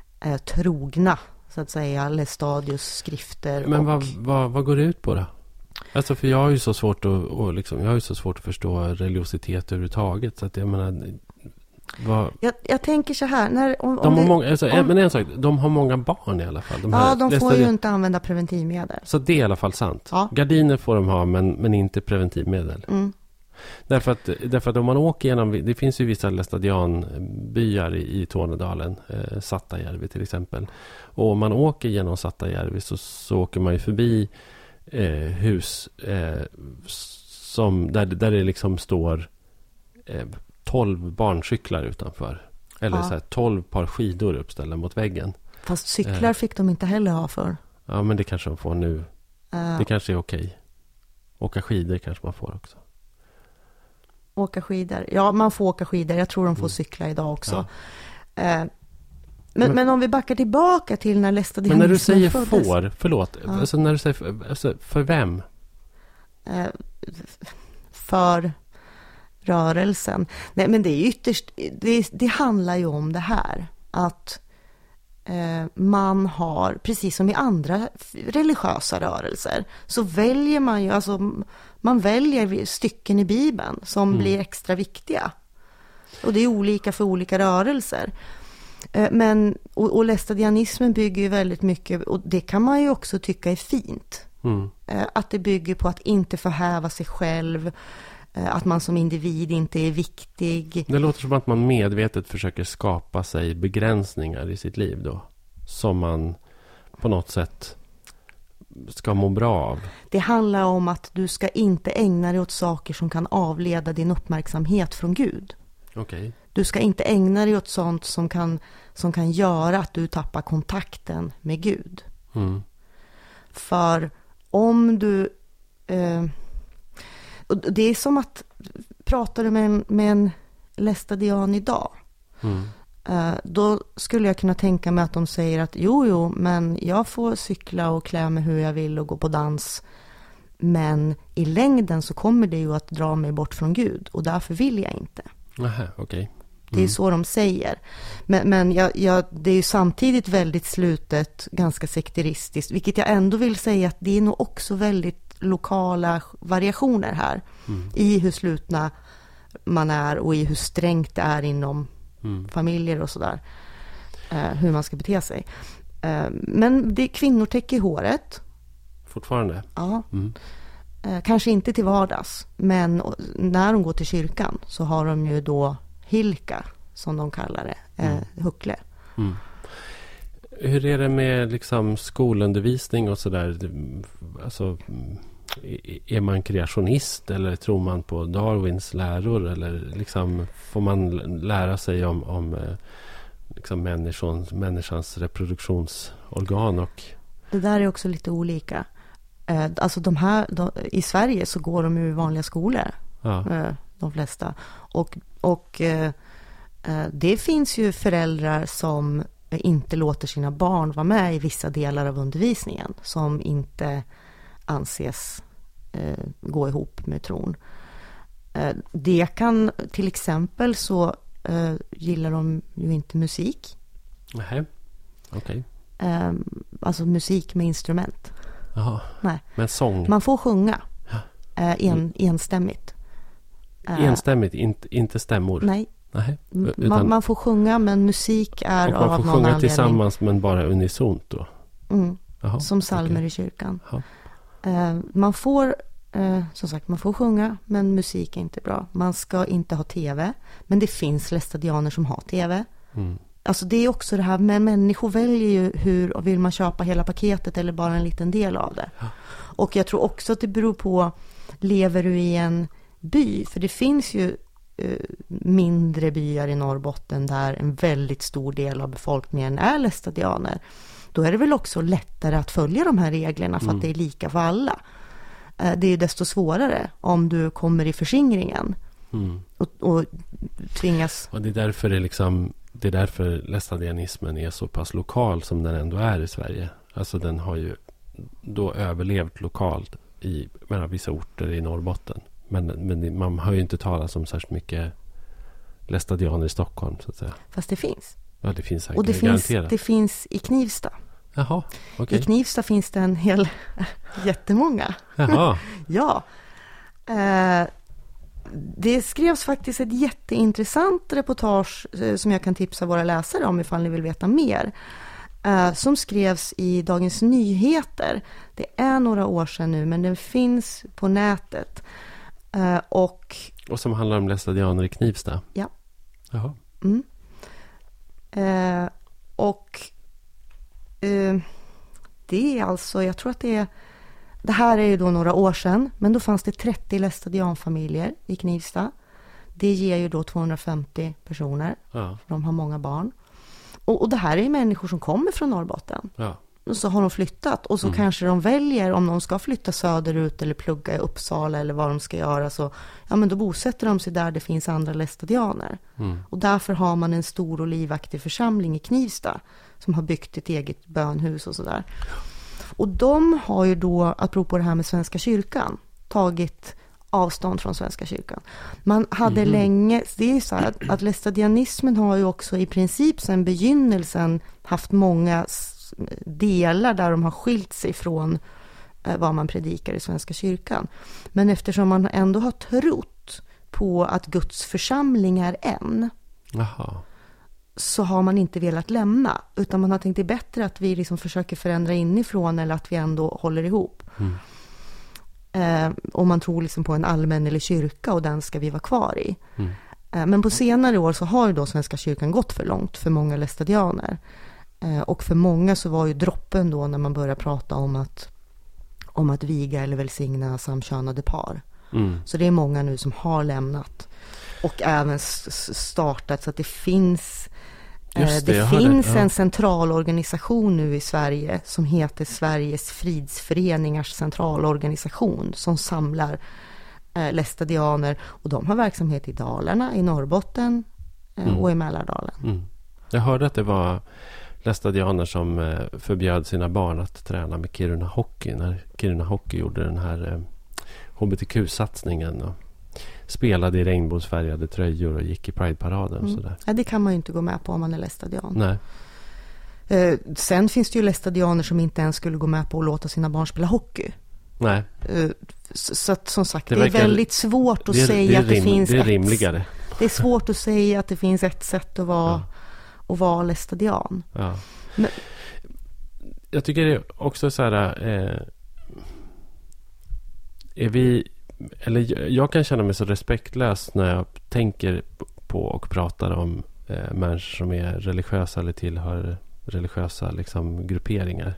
[SPEAKER 2] trogna så att säga Lästadius skrifter.
[SPEAKER 1] Men vad går det ut på då? Alltså för jag har ju så svårt att förstå religiositet överhuvudtaget. Så att jag menar...
[SPEAKER 2] Jag tänker så här.
[SPEAKER 1] Men en sak, de har många barn i alla fall.
[SPEAKER 2] De får ju inte använda preventivmedel.
[SPEAKER 1] Så det är i alla fall sant.
[SPEAKER 2] Ja.
[SPEAKER 1] Gardiner får de ha, men inte preventivmedel.
[SPEAKER 2] Mm.
[SPEAKER 1] Därför att om man åker genom... Det finns ju vissa lästadianbyar i Tornedalen. Sattajärvi till exempel. Och om man åker genom Sattajärvi så åker man ju förbi hus där det liksom står 12 barncyklar utanför. Eller så här, 12 par skidor uppställda mot väggen.
[SPEAKER 2] Fast cyklar fick de inte heller ha för.
[SPEAKER 1] Ja, men det kanske de får nu. Det kanske är okej. Åka skidor kanske man får också.
[SPEAKER 2] Åka skidor. Ja, man får åka skidor. Jag tror de får cykla idag också. Ja. Men om vi backar tillbaka till när lästadianismen
[SPEAKER 1] Men när du säger
[SPEAKER 2] föddes.
[SPEAKER 1] förlåt. Ja. Alltså när du säger för vem?
[SPEAKER 2] För rörelsen. Nej, men det är ytterst... Det handlar ju om det här. Att man har, precis som i andra religiösa rörelser, så väljer man ju, alltså man väljer stycken i Bibeln som blir extra viktiga. Och det är olika för olika rörelser. Men, och lästadianismen bygger ju väldigt mycket, och det kan man ju också tycka är fint. Att det bygger på att inte förhäva sig själv, att man som individ inte är viktig.
[SPEAKER 1] Det låter som att man medvetet försöker skapa sig begränsningar i sitt liv då, som man på något sätt ska må bra av.
[SPEAKER 2] Det handlar om att du ska inte ägna dig åt saker som kan avleda din uppmärksamhet från Gud.
[SPEAKER 1] Okay.
[SPEAKER 2] Du ska inte ägna dig åt sånt som kan göra att du tappar kontakten med Gud. För om du... och det är som att pratar du med en lästadian idag, då skulle jag kunna tänka mig att de säger att jo, men jag får cykla och klä mig hur jag vill och gå på dans, men i längden så kommer det ju att dra mig bort från Gud, och därför vill jag inte.
[SPEAKER 1] Aha, okay.
[SPEAKER 2] Det är så de säger. Men det är ju samtidigt väldigt slutet, ganska sekteristiskt, vilket jag ändå vill säga att det är nog också väldigt lokala variationer här i hur slutna man är och i hur strängt det är inom familjer och sådär, hur man ska bete sig. Men kvinnor täcker håret
[SPEAKER 1] fortfarande.
[SPEAKER 2] Ja. Kanske inte till vardags, men när de går till kyrkan så har de ju då hilka, som de kallar det, huckle.
[SPEAKER 1] Hur är det med liksom skolundervisning och sådär? Alltså, är man kreationist eller tror man på Darwins läror, eller liksom får man lära sig om liksom människans reproduktionsorgan? Och
[SPEAKER 2] det där är också lite olika. Alltså i Sverige så går de ju i vanliga skolor, de flesta, och det finns ju föräldrar som inte låter sina barn vara med i vissa delar av undervisningen som inte anses gå ihop med tron. Det kan till exempel så gillar de ju inte musik.
[SPEAKER 1] Nej. Okej.
[SPEAKER 2] Alltså musik med instrument.
[SPEAKER 1] Jaha.
[SPEAKER 2] Nej.
[SPEAKER 1] Men sång.
[SPEAKER 2] Man får sjunga enstämmigt.
[SPEAKER 1] Enstämmigt, inte stämmor.
[SPEAKER 2] Nej.
[SPEAKER 1] Nej.
[SPEAKER 2] Man får sjunga, men musik är av någon anledning.
[SPEAKER 1] Man får sjunga tillsammans, men bara unisont då.
[SPEAKER 2] Jaha, som psalmer i kyrkan. Man får som sagt, man får sjunga, men musik är inte bra. Man ska inte ha tv, men det finns lästadianer som har tv. Alltså det är också det här, men människor väljer ju hur, vill man köpa hela paketet eller bara en liten del av det. Och jag tror också att det beror på, lever du i en by? För det finns ju mindre byar i Norrbotten där en väldigt stor del av befolkningen är lästadianer. Då är det väl också lättare att följa de här reglerna för att det är lika för alla. Det är desto svårare om du kommer i förskingringen och tvingas...
[SPEAKER 1] Och det är därför lästadianismen är så pass lokal som den ändå är i Sverige. Alltså den har ju då överlevt lokalt i vissa orter i Norrbotten. Men man hör ju inte talas om särskilt mycket lästadianer i Stockholm, så att säga.
[SPEAKER 2] Fast det finns.
[SPEAKER 1] Ja, det finns säkert.
[SPEAKER 2] Och det finns i Knivsta.
[SPEAKER 1] Jaha, okej.
[SPEAKER 2] I Knivsta finns det en hel jättemånga.
[SPEAKER 1] Jaha.
[SPEAKER 2] Ja. Det skrevs faktiskt ett jätteintressant reportage som jag kan tipsa våra läsare om ifall ni vill veta mer. Som skrevs i Dagens Nyheter. Det är några år sedan nu, men den finns på nätet. Och
[SPEAKER 1] som handlar om lästadianer i Knivsta?
[SPEAKER 2] Ja.
[SPEAKER 1] Jaha.
[SPEAKER 2] Mm. Det är alltså, jag tror att det här är ju då några år sedan, men då fanns det 30 lästadianfamiljer i Knivsta. Det ger ju då 250 personer.
[SPEAKER 1] Ja.
[SPEAKER 2] De har många barn. Och det här är ju människor som kommer från Norrbotten.
[SPEAKER 1] Ja.
[SPEAKER 2] Och så har de flyttat. Och så kanske de väljer, om de ska flytta söderut eller plugga i Uppsala eller vad de ska göra. Så, ja, men då bosätter de sig där det finns andra lästadianer. Och därför har man en stor och livaktig församling i Knivsta som har byggt ett eget bönhus och sådär. Och de har ju då, apropå det här med Svenska kyrkan, tagit avstånd från Svenska kyrkan. Man hade länge, det är så här att lästadianismen har ju också i princip sedan begynnelsen haft många delar där de har skilt sig från vad man predikar i Svenska kyrkan. Men eftersom man ändå har trott på att Guds församling är en,
[SPEAKER 1] Jaha.
[SPEAKER 2] så har man inte velat lämna, utan man har tänkt det är bättre att vi liksom försöker förändra inifrån eller att vi ändå håller ihop. Och man tror liksom på en allmän eller kyrka och den ska vi vara kvar i. Men på senare år så har ju då Svenska kyrkan gått för långt för många lästadianer. Och för många så var ju droppen då när man började prata om att viga eller välsigna samkönade par. Så det är många nu som har lämnat och även startat så att det finns en centralorganisation nu i Sverige som heter Sveriges Fridsföreningars centralorganisation som samlar lästadianer, och de har verksamhet i Dalarna, i Norrbotten och i Mälardalen.
[SPEAKER 1] Jag hörde att det var lästadianer som förbjöd sina barn att träna med Kiruna Hockey när Kiruna Hockey gjorde den här HBTQ-satsningen och spelade i regnbågsfärgade tröjor och gick i Pride-paraden. Sådär.
[SPEAKER 2] Ja, det kan man ju inte gå med på om man är lästadian.
[SPEAKER 1] Nej.
[SPEAKER 2] Sen finns det ju lästadianer som inte ens skulle gå med på att låta sina barn spela hockey.
[SPEAKER 1] Nej.
[SPEAKER 2] Så att, som sagt, det är väldigt svårt att säga att det finns
[SPEAKER 1] det är rimligare.
[SPEAKER 2] Det är svårt att säga att det finns ett sätt att vara lästadian.
[SPEAKER 1] Ja. Men jag tycker det är också så här jag kan känna mig så respektlös när jag tänker på och pratar om människor som är religiösa eller tillhör religiösa liksom, grupperingar.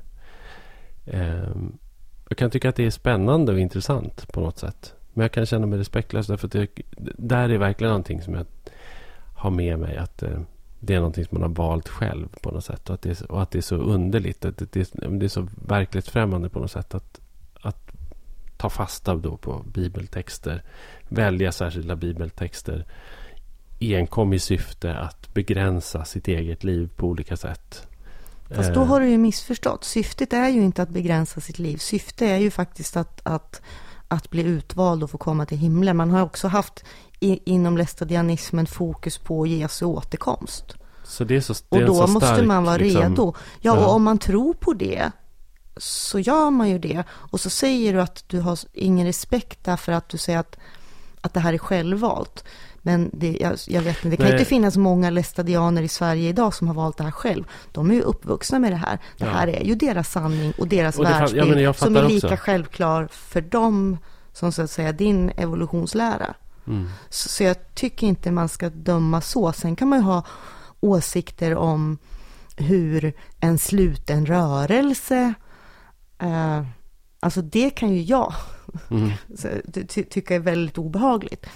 [SPEAKER 1] Jag kan tycka att det är spännande och intressant på något sätt. Men jag kan känna mig respektlös därför att där är verkligen någonting som jag har med mig, att det är någonting som man har valt själv på något sätt. Och att det är så underligt. Att det är så verklighetsfrämmande på något sätt att ta fasta då på bibeltexter. Välja särskilda bibeltexter enkom i syfte att begränsa sitt eget liv på olika sätt.
[SPEAKER 2] Fast då har du ju missförstått. Syftet är ju inte att begränsa sitt liv. Syftet är ju faktiskt att bli utvald och få komma till himlen. Man har också haft inom lästadianismen fokus på Jesu återkomst.
[SPEAKER 1] Så det är så,
[SPEAKER 2] och då
[SPEAKER 1] så
[SPEAKER 2] måste
[SPEAKER 1] stark,
[SPEAKER 2] man vara
[SPEAKER 1] liksom,
[SPEAKER 2] redo. Ja, och om man tror på det så gör man ju det. Och så säger du att du har ingen respekt därför att du säger att det här är självvalt. Men jag vet inte, det kan inte finnas många lästadianer i Sverige idag som har valt det här själv. De är ju uppvuxna med det här. Det här är ju deras sanning och deras världsbild som är lika självklar för dem som så att säga din evolutionslära. Så jag tycker inte man ska döma så. Sen kan man ju ha åsikter om hur en sluten rörelse, alltså det kan ju jag tycka är väldigt obehagligt.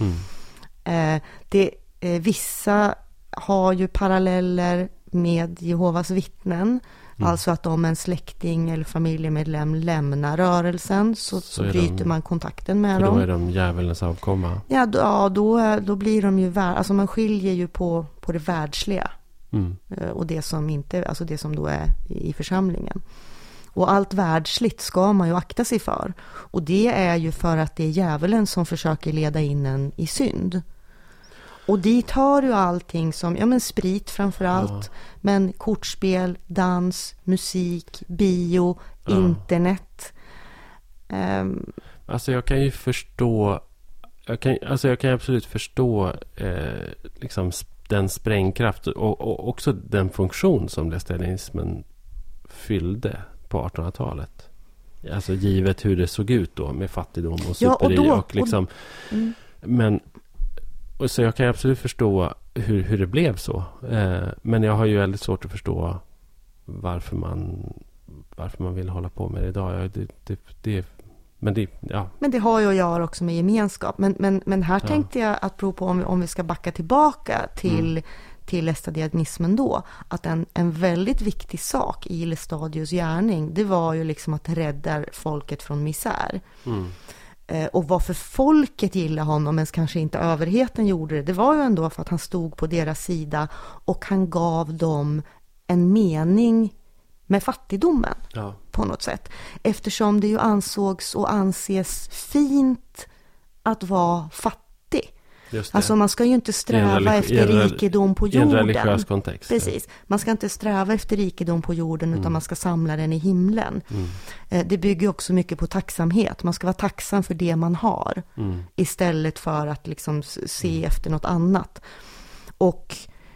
[SPEAKER 2] Vissa har ju paralleller med Jehovas vittnen. Alltså att om en släkting eller familjemedlem lämnar rörelsen så bryter man kontakten med dem.
[SPEAKER 1] Då är de djävulens avkomma.
[SPEAKER 2] Ja, då blir de ju alltså man skiljer ju på det världsliga och det som inte, alltså det som då är i församlingen. Och allt världsligt ska man ju akta sig för. Och det är ju för att det är djävulen som försöker leda in en i synd. Och dit hör ju allting som, men sprit framförallt, men kortspel, dans, musik, bio, internet.
[SPEAKER 1] Alltså jag kan ju förstå, jag kan absolut förstå liksom den sprängkraft och också den funktion som lästadianismen fyllde på 1800-talet. Alltså givet hur det såg ut då med fattigdom och superi men och så jag kan absolut förstå hur det blev så. Men jag har ju väldigt svårt att förstå varför man vill hålla på med det idag. Men
[SPEAKER 2] det har ju att göra också med gemenskap. Men här tänkte jag att prova på om vi ska backa tillbaka till lästadianismen då. Att en väldigt viktig sak i Lestadius gärning, det var ju liksom att rädda folket från misär. Och varför folket gillade honom, men kanske inte överheten gjorde det var ju ändå för att han stod på deras sida och han gav dem en mening med fattigdomen på något sätt. Eftersom det ju ansågs och anses fint att vara fattig. Alltså man ska ju inte sträva efter rikedom på jorden.
[SPEAKER 1] I en religiös kontext.
[SPEAKER 2] Precis. Man ska inte sträva efter rikedom på jorden utan man ska samla den i himlen. Det bygger också mycket på tacksamhet. Man ska vara tacksam för det man har istället för att liksom se efter något annat. Och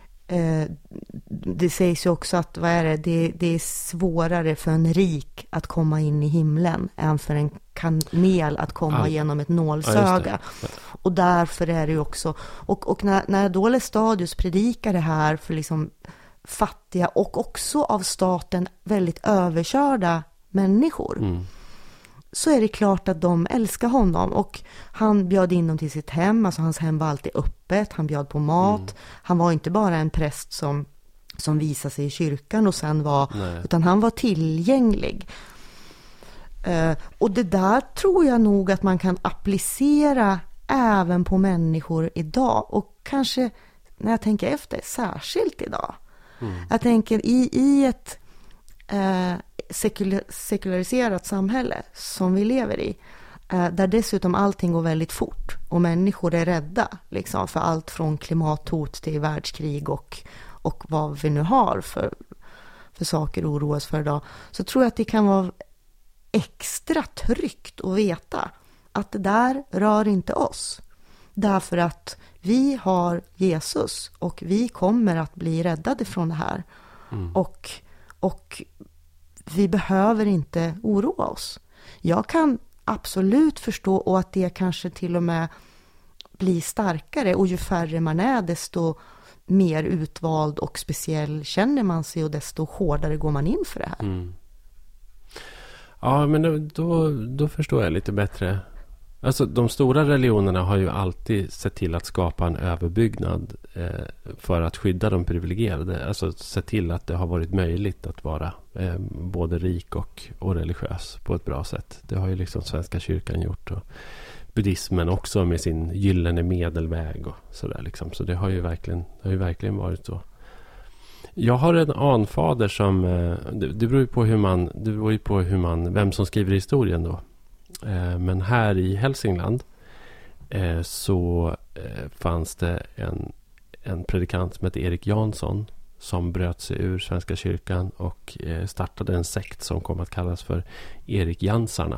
[SPEAKER 2] det sägs ju också att det är svårare för en rik att komma in i himlen än för en kamel att komma genom ett nålsöga. Och därför är det ju också och när då Lestadius predikar det här för liksom fattiga och också av staten väldigt överkörda människor, så är det klart att de älskar honom. Och han bjöd in dem till sitt hem. Alltså hans hem var alltid öppet. Han bjöd på mat. Han var inte bara en präst som visade sig i kyrkan och sen utan han var tillgänglig. Och det där tror jag nog att man kan applicera även på människor idag. Och kanske, när jag tänker efter, särskilt idag. Jag tänker i ett sekulariserat samhälle som vi lever i, där dessutom allting går väldigt fort och människor är rädda liksom, för allt från klimathot till världskrig och vad vi nu har för saker att oroas för idag, så tror jag att det kan vara extra tryggt att veta att det där rör inte oss. Därför att vi har Jesus och vi kommer att bli räddade från det här. Och vi behöver inte oroa oss. Jag kan absolut förstå, och att det kanske till och med blir starkare, och ju färre man är desto mer utvald och speciell känner man sig och desto hårdare går man in för det här.
[SPEAKER 1] Ja, men då förstår jag lite bättre. Alltså de stora religionerna har ju alltid sett till att skapa en överbyggnad för att skydda de privilegierade. Alltså sett till att det har varit möjligt att vara både rik och religiös på ett bra sätt. Det har ju liksom Svenska kyrkan gjort, och buddhismen också med sin gyllene medelväg och sådär liksom. Så det har ju verkligen varit så. Jag har en anfader som det beror ju på vem som skriver historien då. Men här i Hälsingland så fanns det en predikant som hette Erik Jansson som bröt sig ur Svenska kyrkan och startade en sekt som kom att kallas för Erik Jansarna.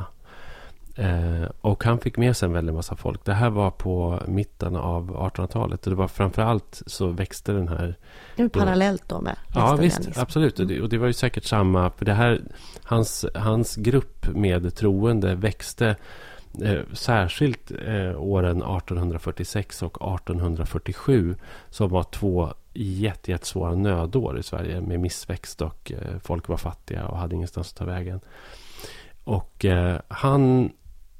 [SPEAKER 1] Och han fick med sig en väldigt massa folk. Det här var på mitten av 1800-talet. Och det var framförallt så växte den här...
[SPEAKER 2] Det är parallellt då med...
[SPEAKER 1] Ja visst, absolut. Och det var ju säkert samma... För det här, hans grupp med troende växte särskilt åren 1846 och 1847 som var två jättesvåra nödår i Sverige med missväxt och folk var fattiga och hade ingenstans att ta vägen. Och han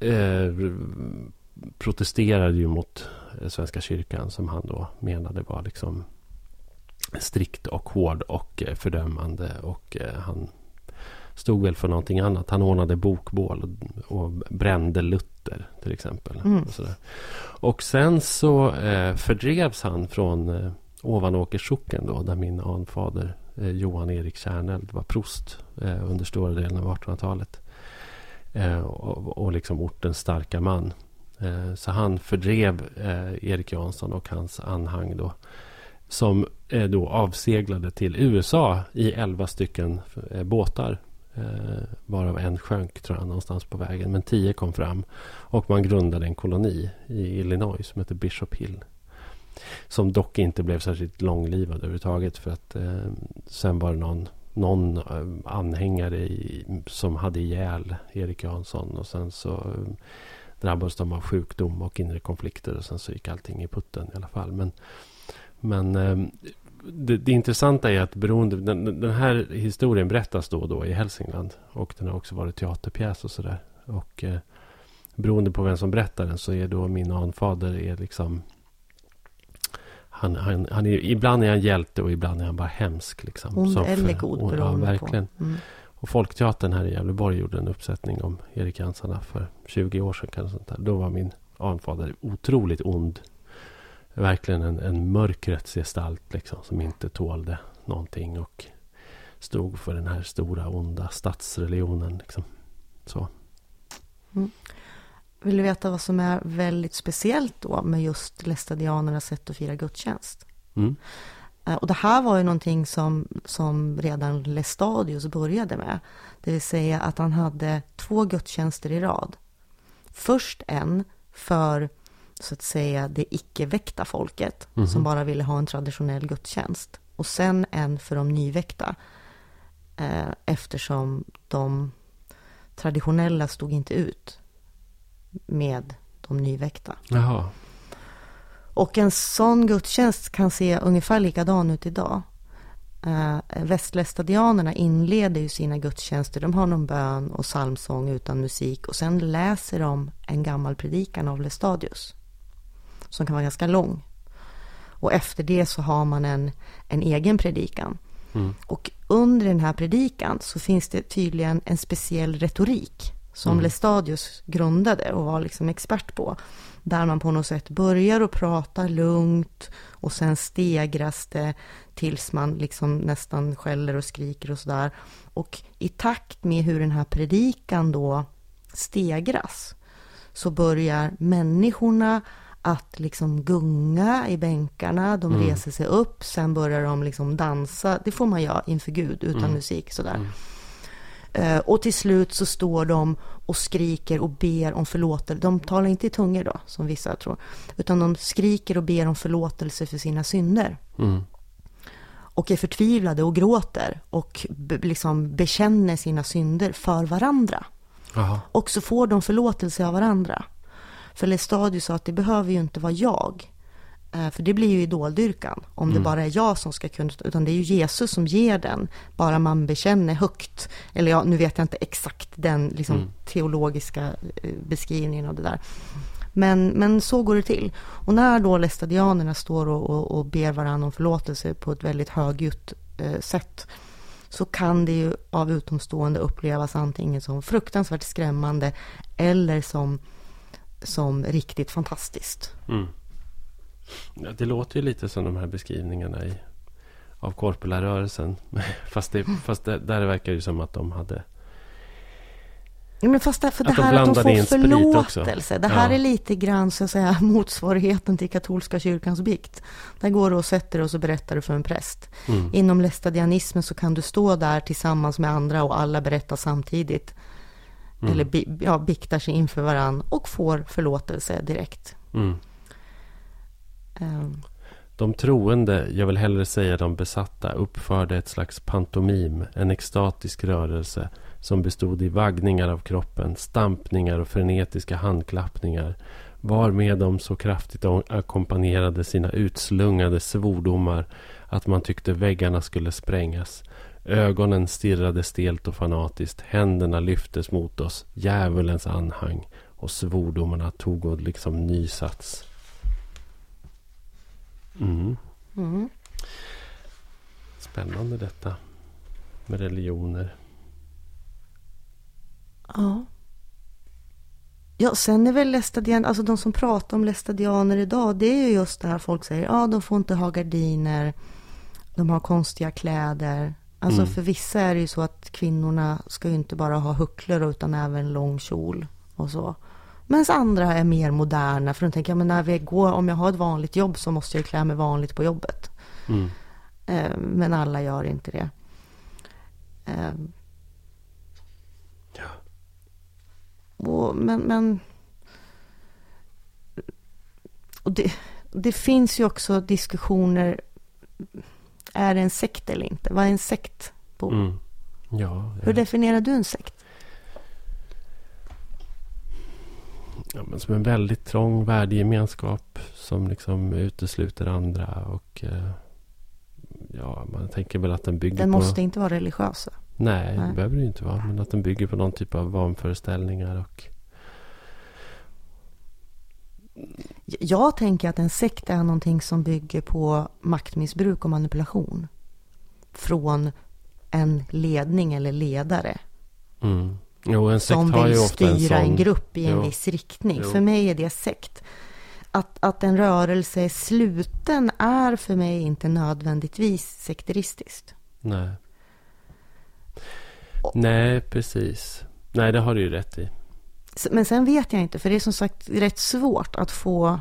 [SPEAKER 1] protesterade ju mot Svenska kyrkan som han då menade var liksom strikt och hård och fördömande, och han stod väl för någonting annat. Han ordnade bokbål och brände Luther till exempel. Och sen så fördrevs han från Ovanåkers socken då, där min anfader Johan Erik Kärneld var prost under stora delen av 1800-talet. Och liksom ortens starka man. Så han fördrev Erik Jansson och hans anhang då, som då avseglade till USA i 11 stycken båtar. Varav en sjönk, tror jag, någonstans på vägen. Men 10 kom fram. Och man grundade en koloni i Illinois som heter Bishop Hill. Som dock inte blev särskilt långlivad överhuvudtaget. För att sen var det någon anhängare som hade ihjäl Erik Jansson. Och sen så drabbades de av sjukdom och inre konflikter. Och sen så gick allting i putten i alla fall. Men det intressanta är att den här historien berättas då och då i Hälsingland. Och den har också varit teaterpjäs och sådär. Och beroende på vem som berättar den så är då min anfader är liksom... Han är, ibland är han hjälte och ibland är han bara hemsk. Liksom,
[SPEAKER 2] ond eller god, beroende
[SPEAKER 1] verkligen.
[SPEAKER 2] på. Mm.
[SPEAKER 1] Och Folkteatern här i Gävleborg gjorde en uppsättning om Erik Jansson för 20 år sedan. Kanske sånt där. Då var min anfader otroligt ond. Verkligen en mörkrets gestalt liksom, som inte tålde någonting och stod för den här stora onda statsreligionen. Liksom. Så.
[SPEAKER 2] Mm. Vill du veta vad som är väldigt speciellt då med just lästadianernas sätt att fira gudstjänst?
[SPEAKER 1] Mm.
[SPEAKER 2] Och det här var ju någonting som redan Lästadius började med. Det vill säga att han hade 2 gudstjänster i rad. Först en för, så att säga, det icke-väckta folket som bara ville ha en traditionell gudstjänst. Och sen en för de nyväckta. Eftersom de traditionella stod inte ut med de nyväckta.
[SPEAKER 1] Jaha.
[SPEAKER 2] Och en sån gudstjänst kan se ungefär likadan ut idag. Västlästadianerna inleder ju sina gudstjänster. De har någon bön och psalmsång utan musik. Och sen läser de en gammal predikan av Lästadius. Som kan vara ganska lång. Och efter det så har man en egen predikan. Mm. Och under den här predikan så finns det tydligen en speciell retorik som Lästadius grundade och var liksom expert på. Där man på något sätt börjar att prata lugnt och sen stegras det tills man liksom nästan skäller och skriker och sådär. Och i takt med hur den här predikan då stegras så börjar människorna att liksom gunga i bänkarna. De reser sig upp, sen börjar de liksom dansa. Det får man göra inför Gud utan musik sådär. Och till slut så står de och skriker och ber om förlåtelse. De talar inte i tungor då, som vissa tror. Utan de skriker och ber om förlåtelse för sina synder. Mm. Och är förtvivlade och gråter. Och liksom bekänner sina synder för varandra. Aha. Och så får de förlåtelse av varandra. För Lästadius sa att det behöver ju inte vara jag. För det blir ju idoldyrkan. Om det bara är jag som ska kunna... Utan det är ju Jesus som ger den. Bara man bekänner högt. Eller ja, nu vet jag inte exakt den liksom, teologiska beskrivningen av det där. Men så går det till. Och när då lästadianerna står och ber varandra om förlåtelse på ett väldigt högljutt sätt, så kan det ju av utomstående upplevas antingen som fruktansvärt skrämmande eller som riktigt fantastiskt. Mm.
[SPEAKER 1] Ja, det låter ju lite som de här beskrivningarna av korpelarrörelsen. Fast där verkar det som att de hade...
[SPEAKER 2] Ja, men fast för det här att de får förlåtelse. Det här är lite grann så att säga motsvarigheten till katolska kyrkans bikt. Där går du och sätter och så berättar du för en präst. Mm. Inom lästadianismen så kan du stå där tillsammans med andra och alla berättar samtidigt. Eller biktar sig inför varann och får förlåtelse direkt. Mm.
[SPEAKER 1] De troende, jag vill hellre säga de besatta, uppförde ett slags pantomim, en extatisk rörelse som bestod i vaggningar av kroppen, stampningar och frenetiska handklappningar, varmed de så kraftigt ackompanjerade sina utslungade svordomar att man tyckte väggarna skulle sprängas. Ögonen stirrade stelt och fanatiskt, händerna lyftes mot oss, djävulens anhang, och svordomarna tog och liksom ny sats. Spännande detta med religioner.
[SPEAKER 2] Ja, sen är väl lästadianer, alltså de som pratar om lästadianer idag, det är ju just det här folk säger, de får inte ha gardiner, de har konstiga kläder. Alltså för vissa är det ju så att kvinnorna ska ju inte bara ha hucklor utan även lång kjol och så. Men andra är mer moderna, för de tänker, men om jag har ett vanligt jobb så måste jag klä mig vanligt på jobbet. Men alla gör inte det. Och det finns ju också diskussioner, är det en sekt eller inte? Vad är en sekt, Bo? Hur definierar du en sekt?
[SPEAKER 1] Ja, men som en väldigt trång värdegemenskap som liksom utesluter andra, och man tänker väl att den bygger
[SPEAKER 2] den måste inte vara religiös.
[SPEAKER 1] Nej, det behöver det inte vara, men att den bygger på någon typ av vanföreställningar. Och
[SPEAKER 2] jag tänker att en sekt är någonting som bygger på maktmissbruk och manipulation från en ledning eller ledare.
[SPEAKER 1] Jo, en sekt som
[SPEAKER 2] vill
[SPEAKER 1] har ju ofta
[SPEAKER 2] styra en grupp i en viss riktning. För mig är det sekt. Att en rörelse är sluten är för mig inte nödvändigtvis sekteristiskt.
[SPEAKER 1] Nej, precis. Nej, det har du ju rätt i.
[SPEAKER 2] Men sen vet jag inte, för det är som sagt rätt svårt att få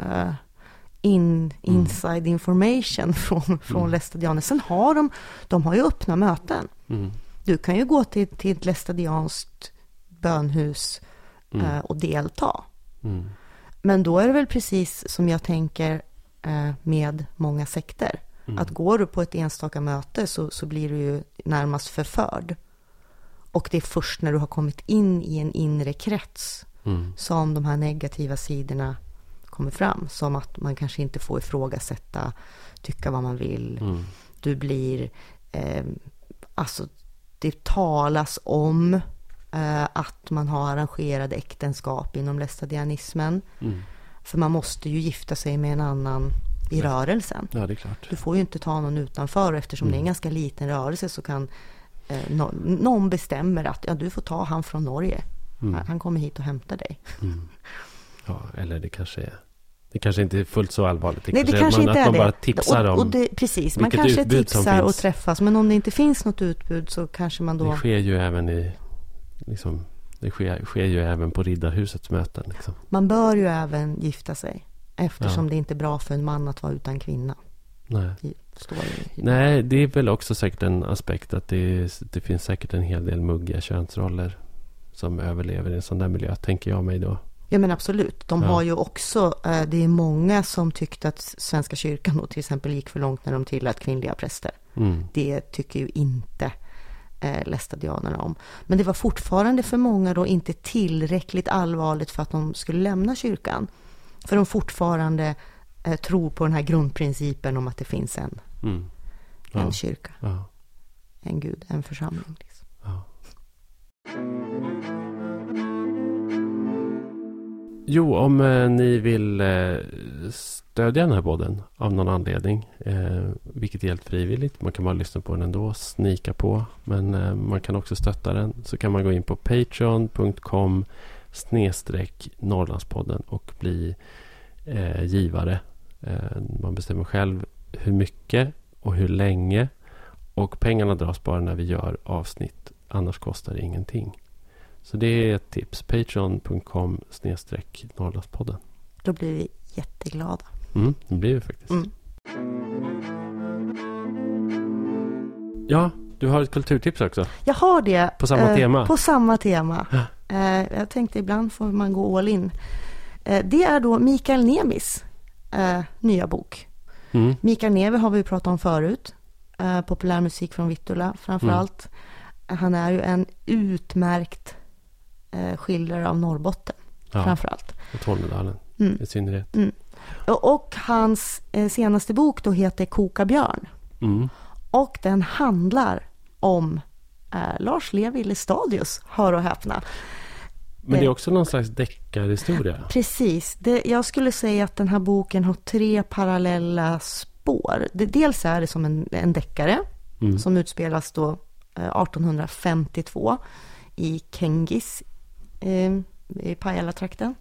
[SPEAKER 2] inside information från lästadianer. Sen har de har ju öppna möten. Du kan ju gå till ett lästadianskt bönhus och delta. Men då är det väl precis som jag tänker med många sekter. Att går du på ett enstaka möte så blir du ju närmast förförd. Och det är först när du har kommit in i en inre krets som de här negativa sidorna kommer fram. Som att man kanske inte får ifrågasätta, tycka vad man vill. Du blir, alltså det talas om att man har arrangerade äktenskap inom lästadianismen. För man måste ju gifta sig med en annan i rörelsen.
[SPEAKER 1] Ja, det är klart.
[SPEAKER 2] Du får ju inte ta någon utanför, eftersom det är en ganska liten rörelse så kan någon bestämmer att du får ta han från Norge. Han kommer hit och hämtar dig.
[SPEAKER 1] Ja, eller det kanske inte är fullt så allvarligt.
[SPEAKER 2] Nej, det kanske inte är
[SPEAKER 1] att man
[SPEAKER 2] det.
[SPEAKER 1] Bara tipsar om
[SPEAKER 2] precis, man kanske tipsar och träffas, men om det inte finns något utbud så kanske man då...
[SPEAKER 1] Det sker ju även det sker ju även på Riddarhusets möten. Liksom.
[SPEAKER 2] Man bör ju även gifta sig, eftersom det inte är bra för en man att vara utan kvinna.
[SPEAKER 1] Nej, det är väl också säkert en aspekt att det finns säkert en hel del muggiga könsroller som överlever i en sån där miljö, tänker jag mig då.
[SPEAKER 2] Ja, men absolut. De har ju också, det är många som tyckte att Svenska kyrkan då till exempel gick för långt när de tillät kvinnliga präster. Det tycker ju inte lästadianerna om. Men det var fortfarande för många då inte tillräckligt allvarligt för att de skulle lämna kyrkan. För de fortfarande tror på den här grundprincipen om att det finns en kyrka. En gud, en församling. Liksom.
[SPEAKER 1] Jo, om ni vill stödja den här podden av någon anledning, vilket är helt frivilligt. Man kan bara lyssna på den ändå, snika på. Men man kan också stötta den. Så kan man gå in på patreon.com/Norrlandspodden och bli givare. Man bestämmer själv hur mycket och hur länge. Och pengarna dras bara när vi gör avsnitt. Annars kostar det ingenting. Så det är ett tips. Patreon.com/Norrlandspodden.
[SPEAKER 2] Då blir vi jätteglada.
[SPEAKER 1] Det blir vi faktiskt. Ja, du har ett kulturtips också.
[SPEAKER 2] Jag har det.
[SPEAKER 1] På samma tema.
[SPEAKER 2] På samma tema. Jag tänkte ibland får man gå all in. Det är då Mikael Nemis nya bok. Mikael Neve har vi pratat om förut. Populärmusik från Vittula framförallt. Han är ju en utmärkt skildrare av Norrbotten framförallt.
[SPEAKER 1] Och Tornedalen i synnerhet.
[SPEAKER 2] Och hans senaste bok då heter Koka björn. Och den handlar om Lars Levi Lestadius, hör och häpna.
[SPEAKER 1] Men det är också någon slags deckarhistoria.
[SPEAKER 2] Precis. Jag skulle säga att den här boken har 3 parallella spår. Dels är det som en deckare som utspelas då 1852 i Kengis i Pajala-trakten.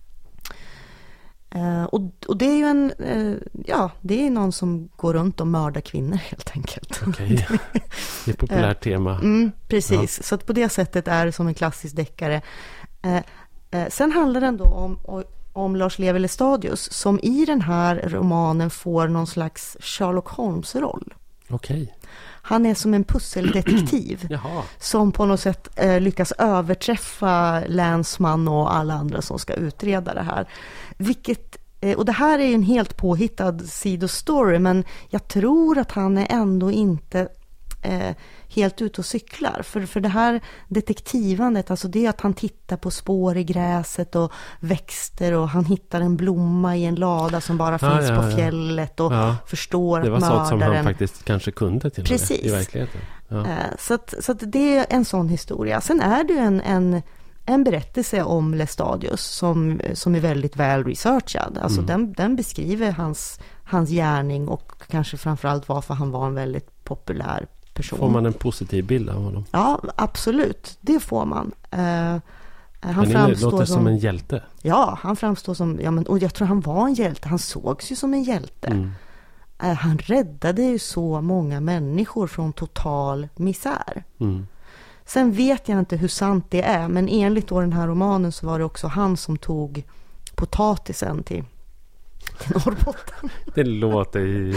[SPEAKER 2] Och det är ju det är någon som går runt och mördar kvinnor helt enkelt.
[SPEAKER 1] Okej. Det är ett populärt tema.
[SPEAKER 2] Precis, så att på det sättet är det som en klassisk deckare. Sen handlar den då om Lars Levi Lestadius, som i den här romanen får någon slags Sherlock Holmes-roll.
[SPEAKER 1] Okej.
[SPEAKER 2] Han är som en pusseldetektiv som på något sätt lyckas överträffa länsman och alla andra som ska utreda det här. Och det här är en helt påhittad sidostory, men jag tror att han är ändå inte helt ute och cyklar. För det här detektivandet, alltså det är att han tittar på spår i gräset och växter, och han hittar en blomma i en lada som bara finns på fjället och förstår att mördaren... Det var sånt som han faktiskt kanske kunde till Precis.
[SPEAKER 1] I verkligheten. Ja.
[SPEAKER 2] Så att det är en sån historia. Sen är det ju en berättelse om Lestadius som är väldigt väl researchad. Alltså den beskriver hans gärning och kanske framförallt varför han var en väldigt populär person. Får
[SPEAKER 1] man en positiv bild av honom?
[SPEAKER 2] Ja, absolut. Det får man.
[SPEAKER 1] Han låter som en hjälte.
[SPEAKER 2] Ja, han framstår som... och jag tror han var en hjälte. Han sågs ju som en hjälte. Han räddade ju så många människor från total misär. Sen vet jag inte hur sant det är, men enligt då den här romanen så var det också han som tog potatisen till Norrbotten.
[SPEAKER 1] Det låter ju...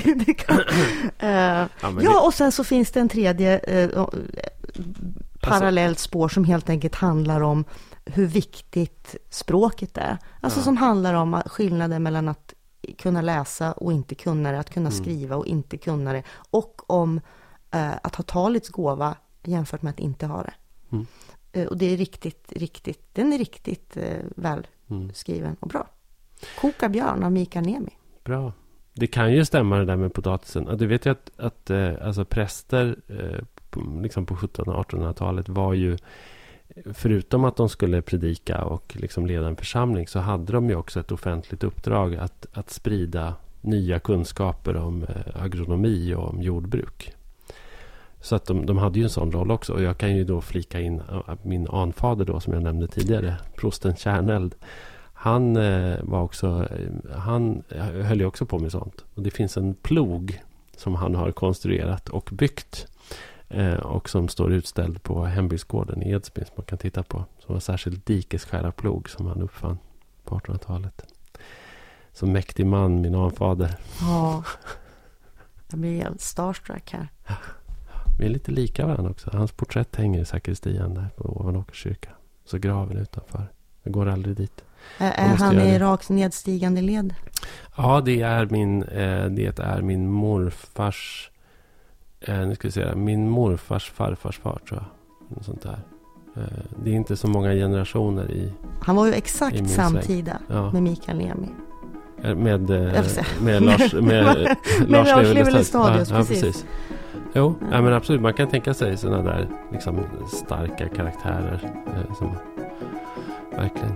[SPEAKER 2] och sen så finns det en tredje parallellt spår som helt enkelt handlar om hur viktigt språket är. Alltså som handlar om skillnaden mellan att kunna läsa och inte kunna det, att kunna skriva och inte kunna det, och om att ha talets gåva jämfört med att inte ha det. Och det är den är riktigt väl skriven och bra. Koka björn av Mikael Niemi.
[SPEAKER 1] Bra. Det kan ju stämma det där med potatisen. Du vet ju att alltså präster liksom på 1700- och 1800-talet var ju, förutom att de skulle predika och liksom leda en församling, så hade de ju också ett offentligt uppdrag att sprida nya kunskaper om agronomi och om jordbruk. Så att de hade ju en sån roll också. Och jag kan ju då flika in min anfader då, som jag nämnde tidigare, prosten Kärneld. Han höll ju också på med sånt. Och det finns en plog som han har konstruerat och byggt. Och som står utställd på hembygdsgården i Edsbyn som man kan titta på. Som var särskilt dikesskärarplog som han uppfann på 1800-talet. Så mäktig man, min anfader.
[SPEAKER 2] Ja, jag blir helt starstruck här.
[SPEAKER 1] Vi är lite lika varandra också. Hans porträtt hänger i sakristian där på Ovanåkers kyrka. Så graven utanför. Jag går aldrig dit.
[SPEAKER 2] Är han i rakt nedstigande led?
[SPEAKER 1] Ja, det är min morfars... nu ska vi se. Min morfars farfars far, tror jag. Något sånt där. Det är inte så många generationer i...
[SPEAKER 2] Han var ju exakt samtida med Mikael Niemi.
[SPEAKER 1] Med Lars
[SPEAKER 2] Levi Lestadius, precis.
[SPEAKER 1] Jo, men absolut. Man kan tänka sig sådana där liksom starka karaktärer som verkligen...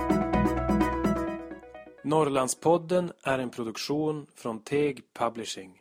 [SPEAKER 3] Norrlandspodden är en produktion från Teg Publishing.